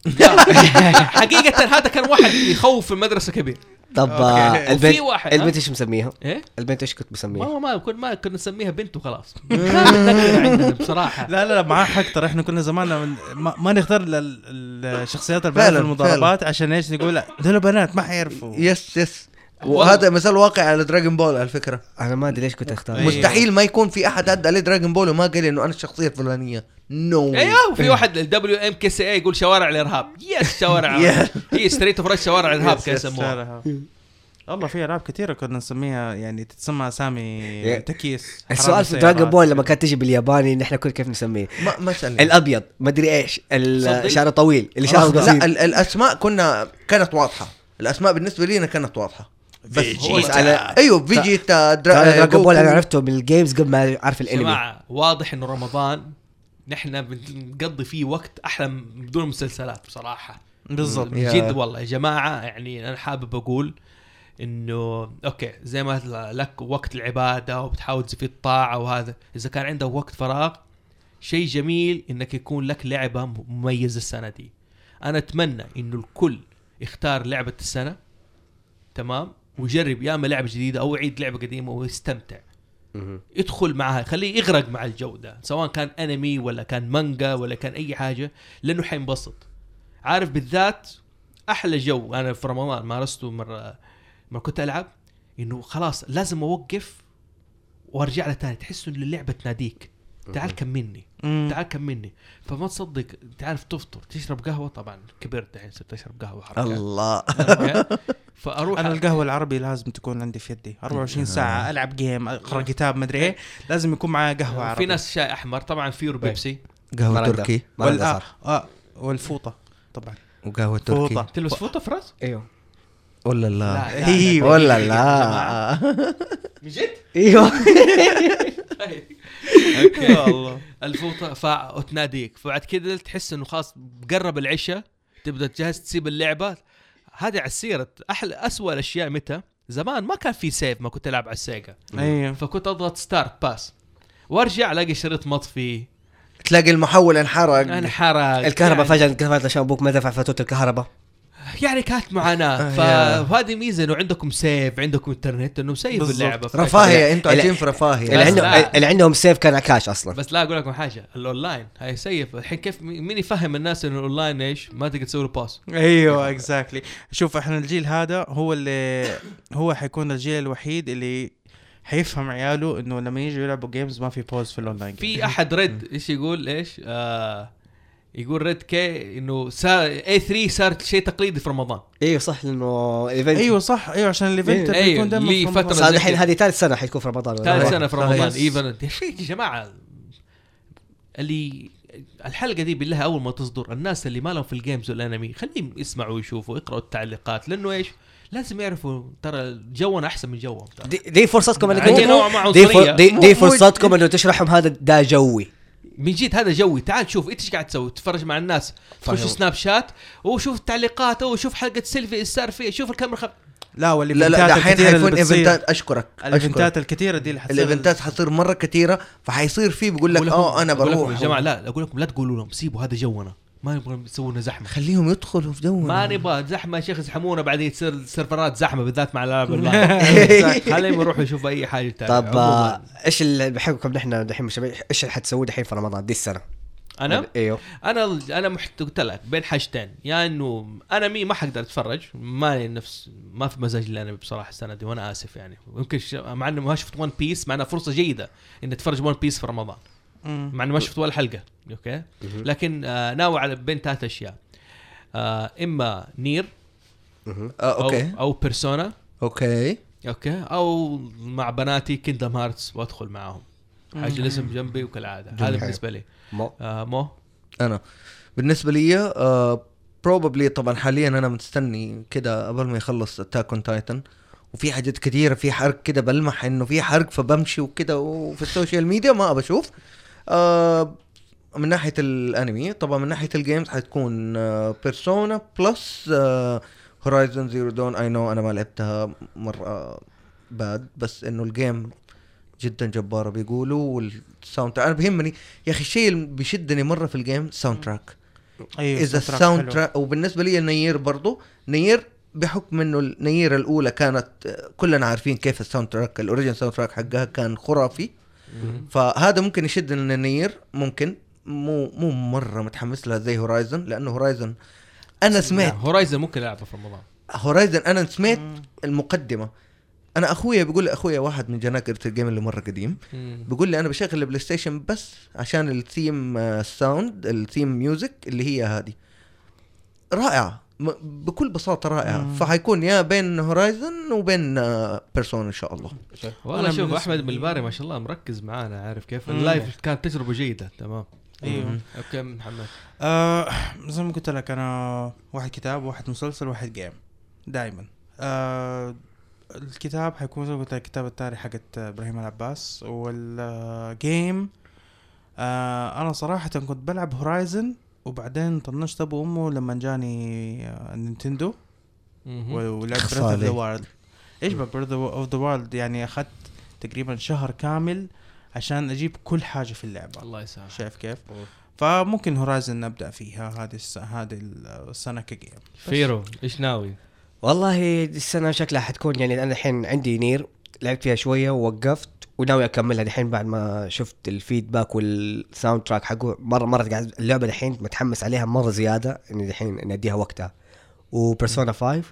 حقيقه هذا كان واحد يخوف المدرسه كبير. طب وفي البنت واحد البنت ايش مسميها؟ ايه البنت ايش كنت مسميها؟ ما ما كنا ما كنا نسميها بنت وخلاص. عندنا بصراحه لا لا لا معاه حق ترى احنا كنا زمان ما, ما نختار الشخصيات البنات في المضاربات عشان ايش نقول دول بنات ما حيعرفوا. يس يس وهذا مثال واقع على دراغون بول على فكره. انا ما ادري ليش كنت اختار. أيوه. مستحيل ما يكون في احد عدى عليه دراغون بول وما قال انه انا الشخصيه الفلانيه. نو no. ايوه وفي واحد الدبليو ام كي سي اي يقول شوارع الارهاب. يس شوارع هي ستريت اوف رايج شوارع الارهاب كان يسموها. والله في العاب كثيره كنا نسميها يعني تتسمى اسامي تكيس. السؤال في دراغون بول لما كانت تجي بالياباني نحن كنا كيف نسميه؟ ما مثلا الابيض ما ادري ايش الشعر طويل اللي شعره قصير. لا الاسماء كنا كانت واضحه. الاسماء بالنسبه لي كانت واضحه. بس على ايوه فيجيتا دراغون بول انا عرفته بالجيمز قبل ما اعرف الانمي. جماعه واضح انه رمضان نحن بنقضي فيه وقت احلى بدون مسلسلات بصراحه. بالضبط جد والله يا جماعه. يعني انا حابب اقول انه اوكي زي ما لك وقت العباده وبتحاول تزيد الطاعه وهذا اذا كان عندك وقت فراغ شيء جميل انك يكون لك لعبه مميزه السنه دي. انا اتمنى انه الكل يختار لعبه السنه تمام ويجرب يا اما لعبه جديده او يعيد لعبه قديمه ويستمتع. يدخل معها خليه يغرق مع الجوده سواء كان انمي ولا كان مانجا ولا كان اي حاجه لانه حينبسط. عارف بالذات احلى جو انا في رمضان مارسته مره ما كنت ألعب إنه خلاص لازم أوقف وأرجع له تاني. تحس إنه اللعبة تناديك تعال كملني تعال كملني. فما تصدق تعرف تفطر تشرب قهوة. طبعا كبرت الحين صرت أشرب قهوة حركات. الله. فأروح أنا القهوة العربي لازم تكون عندي في يدي أربعة وعشرين ساعة ألعب جيم أقرأ كتاب مدري إيه لازم يكون معايا قهوة عربي. في ناس شاي أحمر طبعا فيه بيبسي قهوة تركي وال آه والفوطة طبعا وقهوة تركي. تلبس فوطة في راس؟ ايوه ولا لا ايوه ولا لا من جد ايوه اوكي والله الفوطه فتناديك. فبعد كده تحس انه خلاص قرب العشاء تبدا تجهز تسيب اللعبه. هذه على السيره احلى اسوأ الاشياء متى زمان ما كان في سيف ما كنت العب على السيجا. ايوه فكنت اضغط ستارت باس وارجع الاقي شريط مطفي تلاقي المحول انحرق انحرق الكهرباء يعني فجأة انقطعت عشان ابوك ما دفع فاتورة الكهرباء. يعني كانت معاناة. فهذه ميزة انه عندكم سيف عندكم انترنت انه مسيف اللعبة. رفاهية انتوا عايشين في رفاهية. اللي عندهم اللي عندهم سيف كان عكاش اصلا. بس لا اقول لكم حاجة الاونلاين هاي سيف الحين كيف مين يفهم الناس انه الاونلاين ايش ما تقدر تسوي له باس. ايوه اكزاكتلي. شوف احنا الجيل هذا هو اللي هو حيكون الجيل الوحيد اللي حيفهم عياله انه لما يجوا يلعبوا جيمز ما في بوز في الاونلاين. في احد رد ايش يقول ايش آه يقول ريد كي انه صار اي ثري صار شيء تقليدي في رمضان. ايوه صح لانه ايفنت. ايوه صح ايوه عشان الايفنت أيوة. بيكون دائما لي في فترة رمضان. صار الحين هذه ثالث سنه حتكون في رمضان. ثالث سنه في رمضان صحيح. ايفنت يا شيخ يا جماعه اللي الحلقه دي بالله اول ما تصدر الناس اللي ما لهم في الجيمز والانمي خليهم يسمعوا ويشوفوا يقراوا التعليقات لانه ايش لازم يعرفوا ترى جونا احسن من جوهم. دي, دي فرصتكم انك عندي نوع مع دي, عنصرية. دي, دي فرصتكم انه تشرحهم هذا ده جوي من جد هذا جوي. تعال شوف انت ايش قاعد تسوي تتفرج مع الناس تخش سناب شات وشوف التعليقات وشوف حلقه سيلفي صار فيه شوف الكاميرا خب... لا لا لا دحين حيكون ايفنتات اشكرك الايفنتات الكثيره دي اللي حتصير الايفنتات حتصير مره كثيره فحيصير فيه بيقول لك اه انا بروح يا جماعه لا اقول لكم لا تقولوا لهم سيبوا هذا جونا ما نبغى يسوون زحمه خليهم يدخلوا في جونا ما نبغى زحمه يا شيخ يزحمونا بعدين تصير السيرفرات زحمه بالذات مع الالعاب اونلاين. خليهم يروحوا يشوفوا اي حاجه تانية. طب آه ايش اللي بحبكم نحن الحين مش ايش اللي حتسووه الحين في رمضان دي السنه؟ انا ايوه انا انا محت قلت لك بين حاجتين يا يعني انه انا مي ما حقدر اتفرج ما نفس ما في مزاج اللي انا بصراحه السنه دي وانا اسف يعني يمكن ش... مع انه ما شفت ون بيس معنا فرصه جيده ان اتفرج ون بيس في رمضان مع انه ما شفت ولا حلقه اوكي لكن آه ناوي على بين ثلاث اشياء آه اما نير آه اوكي او, أو بيرسونا اوكي اوكي او مع بناتي كيندم هارتس وادخل معاهم حاجه الاسم جنبي وكالعاده. هذا بالنسبه لي. مو آه مو انا بالنسبه لي آه بروبابلي طبعا حاليا انا مستني كده قبل ما يخلص اتاك اون تايتن، وفي حاجات كتيره في حرق كده بلمح انه في حرق فبمشي وكده وفي السوشيال ميديا ما ابى اشوف. آه من ناحيه الانمي طبعا من ناحيه الجيمز حتكون بيرسونا بلس هورايزن زيرو دون. اي نو انا ما لعبتها مره باد، بس انه الجيم جدا جباره بيقولوا، والساوند انا بيهمني يا اخي الشيء اللي بيشدني مره في الجيم ساوند تراك. ايوه اذا الساوند تراك، وبالنسبه لي النير برضو نير بحكم انه النير الاولى كانت كلنا عارفين كيف الساوند تراك الاوريجين ساوند تراك حقها كان خرافي، فهذا ممكن يشد ان النير ممكن مو مو مره متحمس لها زي هورايزن، لانه هورايزن انا سمعت هورايزن ممكن العبها في رمضان. هورايزن انا سمعت المقدمه. انا اخويا بيقول لي اخويا واحد من جناكرة الجيم اللي مره قديم بيقول لي انا بشغل البلاي ستيشن بس عشان الثيم الساوند الثيم ميوزك اللي هي هذه رائعه بكل بساطه رائعه. مم. فحيكون يا بين هورايزن وبين بيرسونا ان شاء الله. والله شوف احمد بالباري ما شاء الله مركز معانا، عارف كيف اللايف كانت تجربه جيده. تمام. ايوه اوكي محمد. آه زي ما قلت لك انا واحد كتاب واحد مسلسل واحد جيم دائما. آه الكتاب حيكون زي ما قلت لك كتاب التاريخ حقت ابراهيم العباس، والجيم آه انا صراحه كنت بلعب هورايزن وبعدين طنشت ابو امه لما جاني نينتندو ولعبت بريث اوف ذا وايلد. ايش بقى بريث اوف ذا وايلد يعني اخذت تقريبا شهر كامل عشان اجيب كل حاجه في اللعبه. الله يسامحك. شايف كيف؟ أوه. فممكن هورايزن نبدا فيها هذه هذه السنه كجيم. فيرو ايش ناوي؟ والله السنه شكلها حتكون يعني انا الحين عندي نير لعبت فيها شويه ووقفت وناوي اكملها الحين بعد ما شفت الفيدباك والساوند تراك حقه مره مره قاعد اللعبه الحين متحمس عليها مره زياده اني الحين نديها وقتها. وبيرسونا خمسة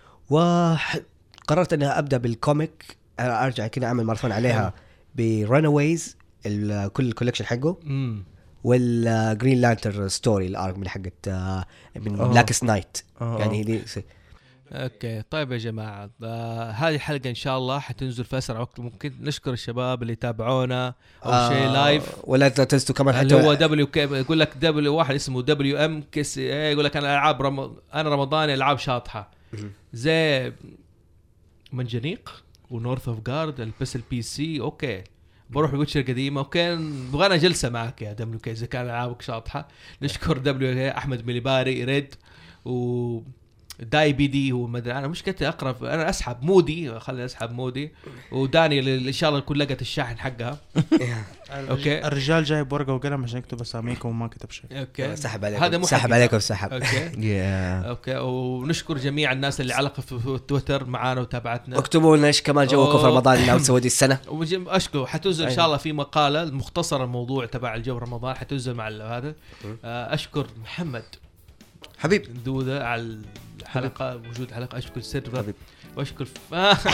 وقررت اني ابدا بالكوميك ارجع كده اعمل ماراثون عليها برانويز كل الكولكشن حقه والجرين لانتر ستوري الارك من حقت من بلاكست نايت يعني دي. اوكي طيب يا جماعه آه هذه الحلقه ان شاء الله حتنزل في اسرع وقت ممكن. نشكر الشباب اللي تابعونا او آه شيء لايف، ولا تنسوا كمان اللي هو دبليو كي يقول لك دبليو واحد اسمه دبليو ام كيس يقول لك انا العاب رم... انا رمضاني العاب شاطحه زي منجنيق ونورث اوف جارد البس البي سي. اوكي بروح الويتشر قديمه وكان بغانا جلسه معك يا دبليو كي اذا كان العابك شاطحه. نشكر دبليو كي احمد مليباري ريد و داي بي دي هو مدري انا مشكلتي اقرب انا اسحب مودي خليني اسحب مودي وداني ان شاء الله تكون لقت الشاحن حقها. اوكي الرجال جايب ورقه وقلم عشان يكتب اساميكم وما كتب شيء. اوكي سحب عليكم هذا سحب عليكم سحب. اوكي اوكي ونشكر جميع الناس اللي علقوا في تويتر معانا وتابعتنا. اكتبوا لنا ايش كمان جوكم في رمضان اللي نسوي دي السنه. اشكر حتنزل ان شاء الله في مقاله مختصره الموضوع تبع الجو رمضان حتنزل مع هذا. اشكر محمد حبيب دودة على الحلقة وجود الحلقة. أشكر سيرفر وأشكر ف...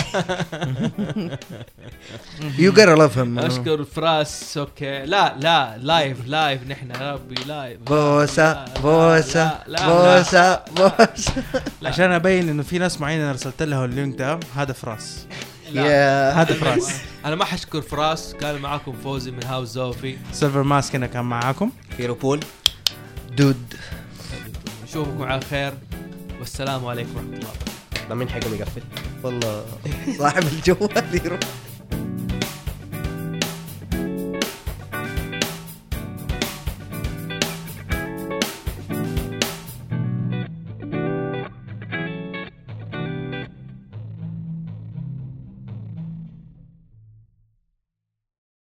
you gotta love him. أشكر فراس. أوكي لا لا لايف لايف نحن ربي لايف بوسة بوسة بوسة بوسة عشان أبين إنه في ناس معينة رسلت لها اللينك ده. هذا فراس هذا فراس. أنا ما حشكر فراس. كان معاكم فوزي من هاوس زوفي. سيلفر ماسك أنا كان معاكم فيروبول دود. نشوفكم على خير والسلام عليكم ورحمة الله. ما من حاجة مقفل والله صاحب الجوال يروح.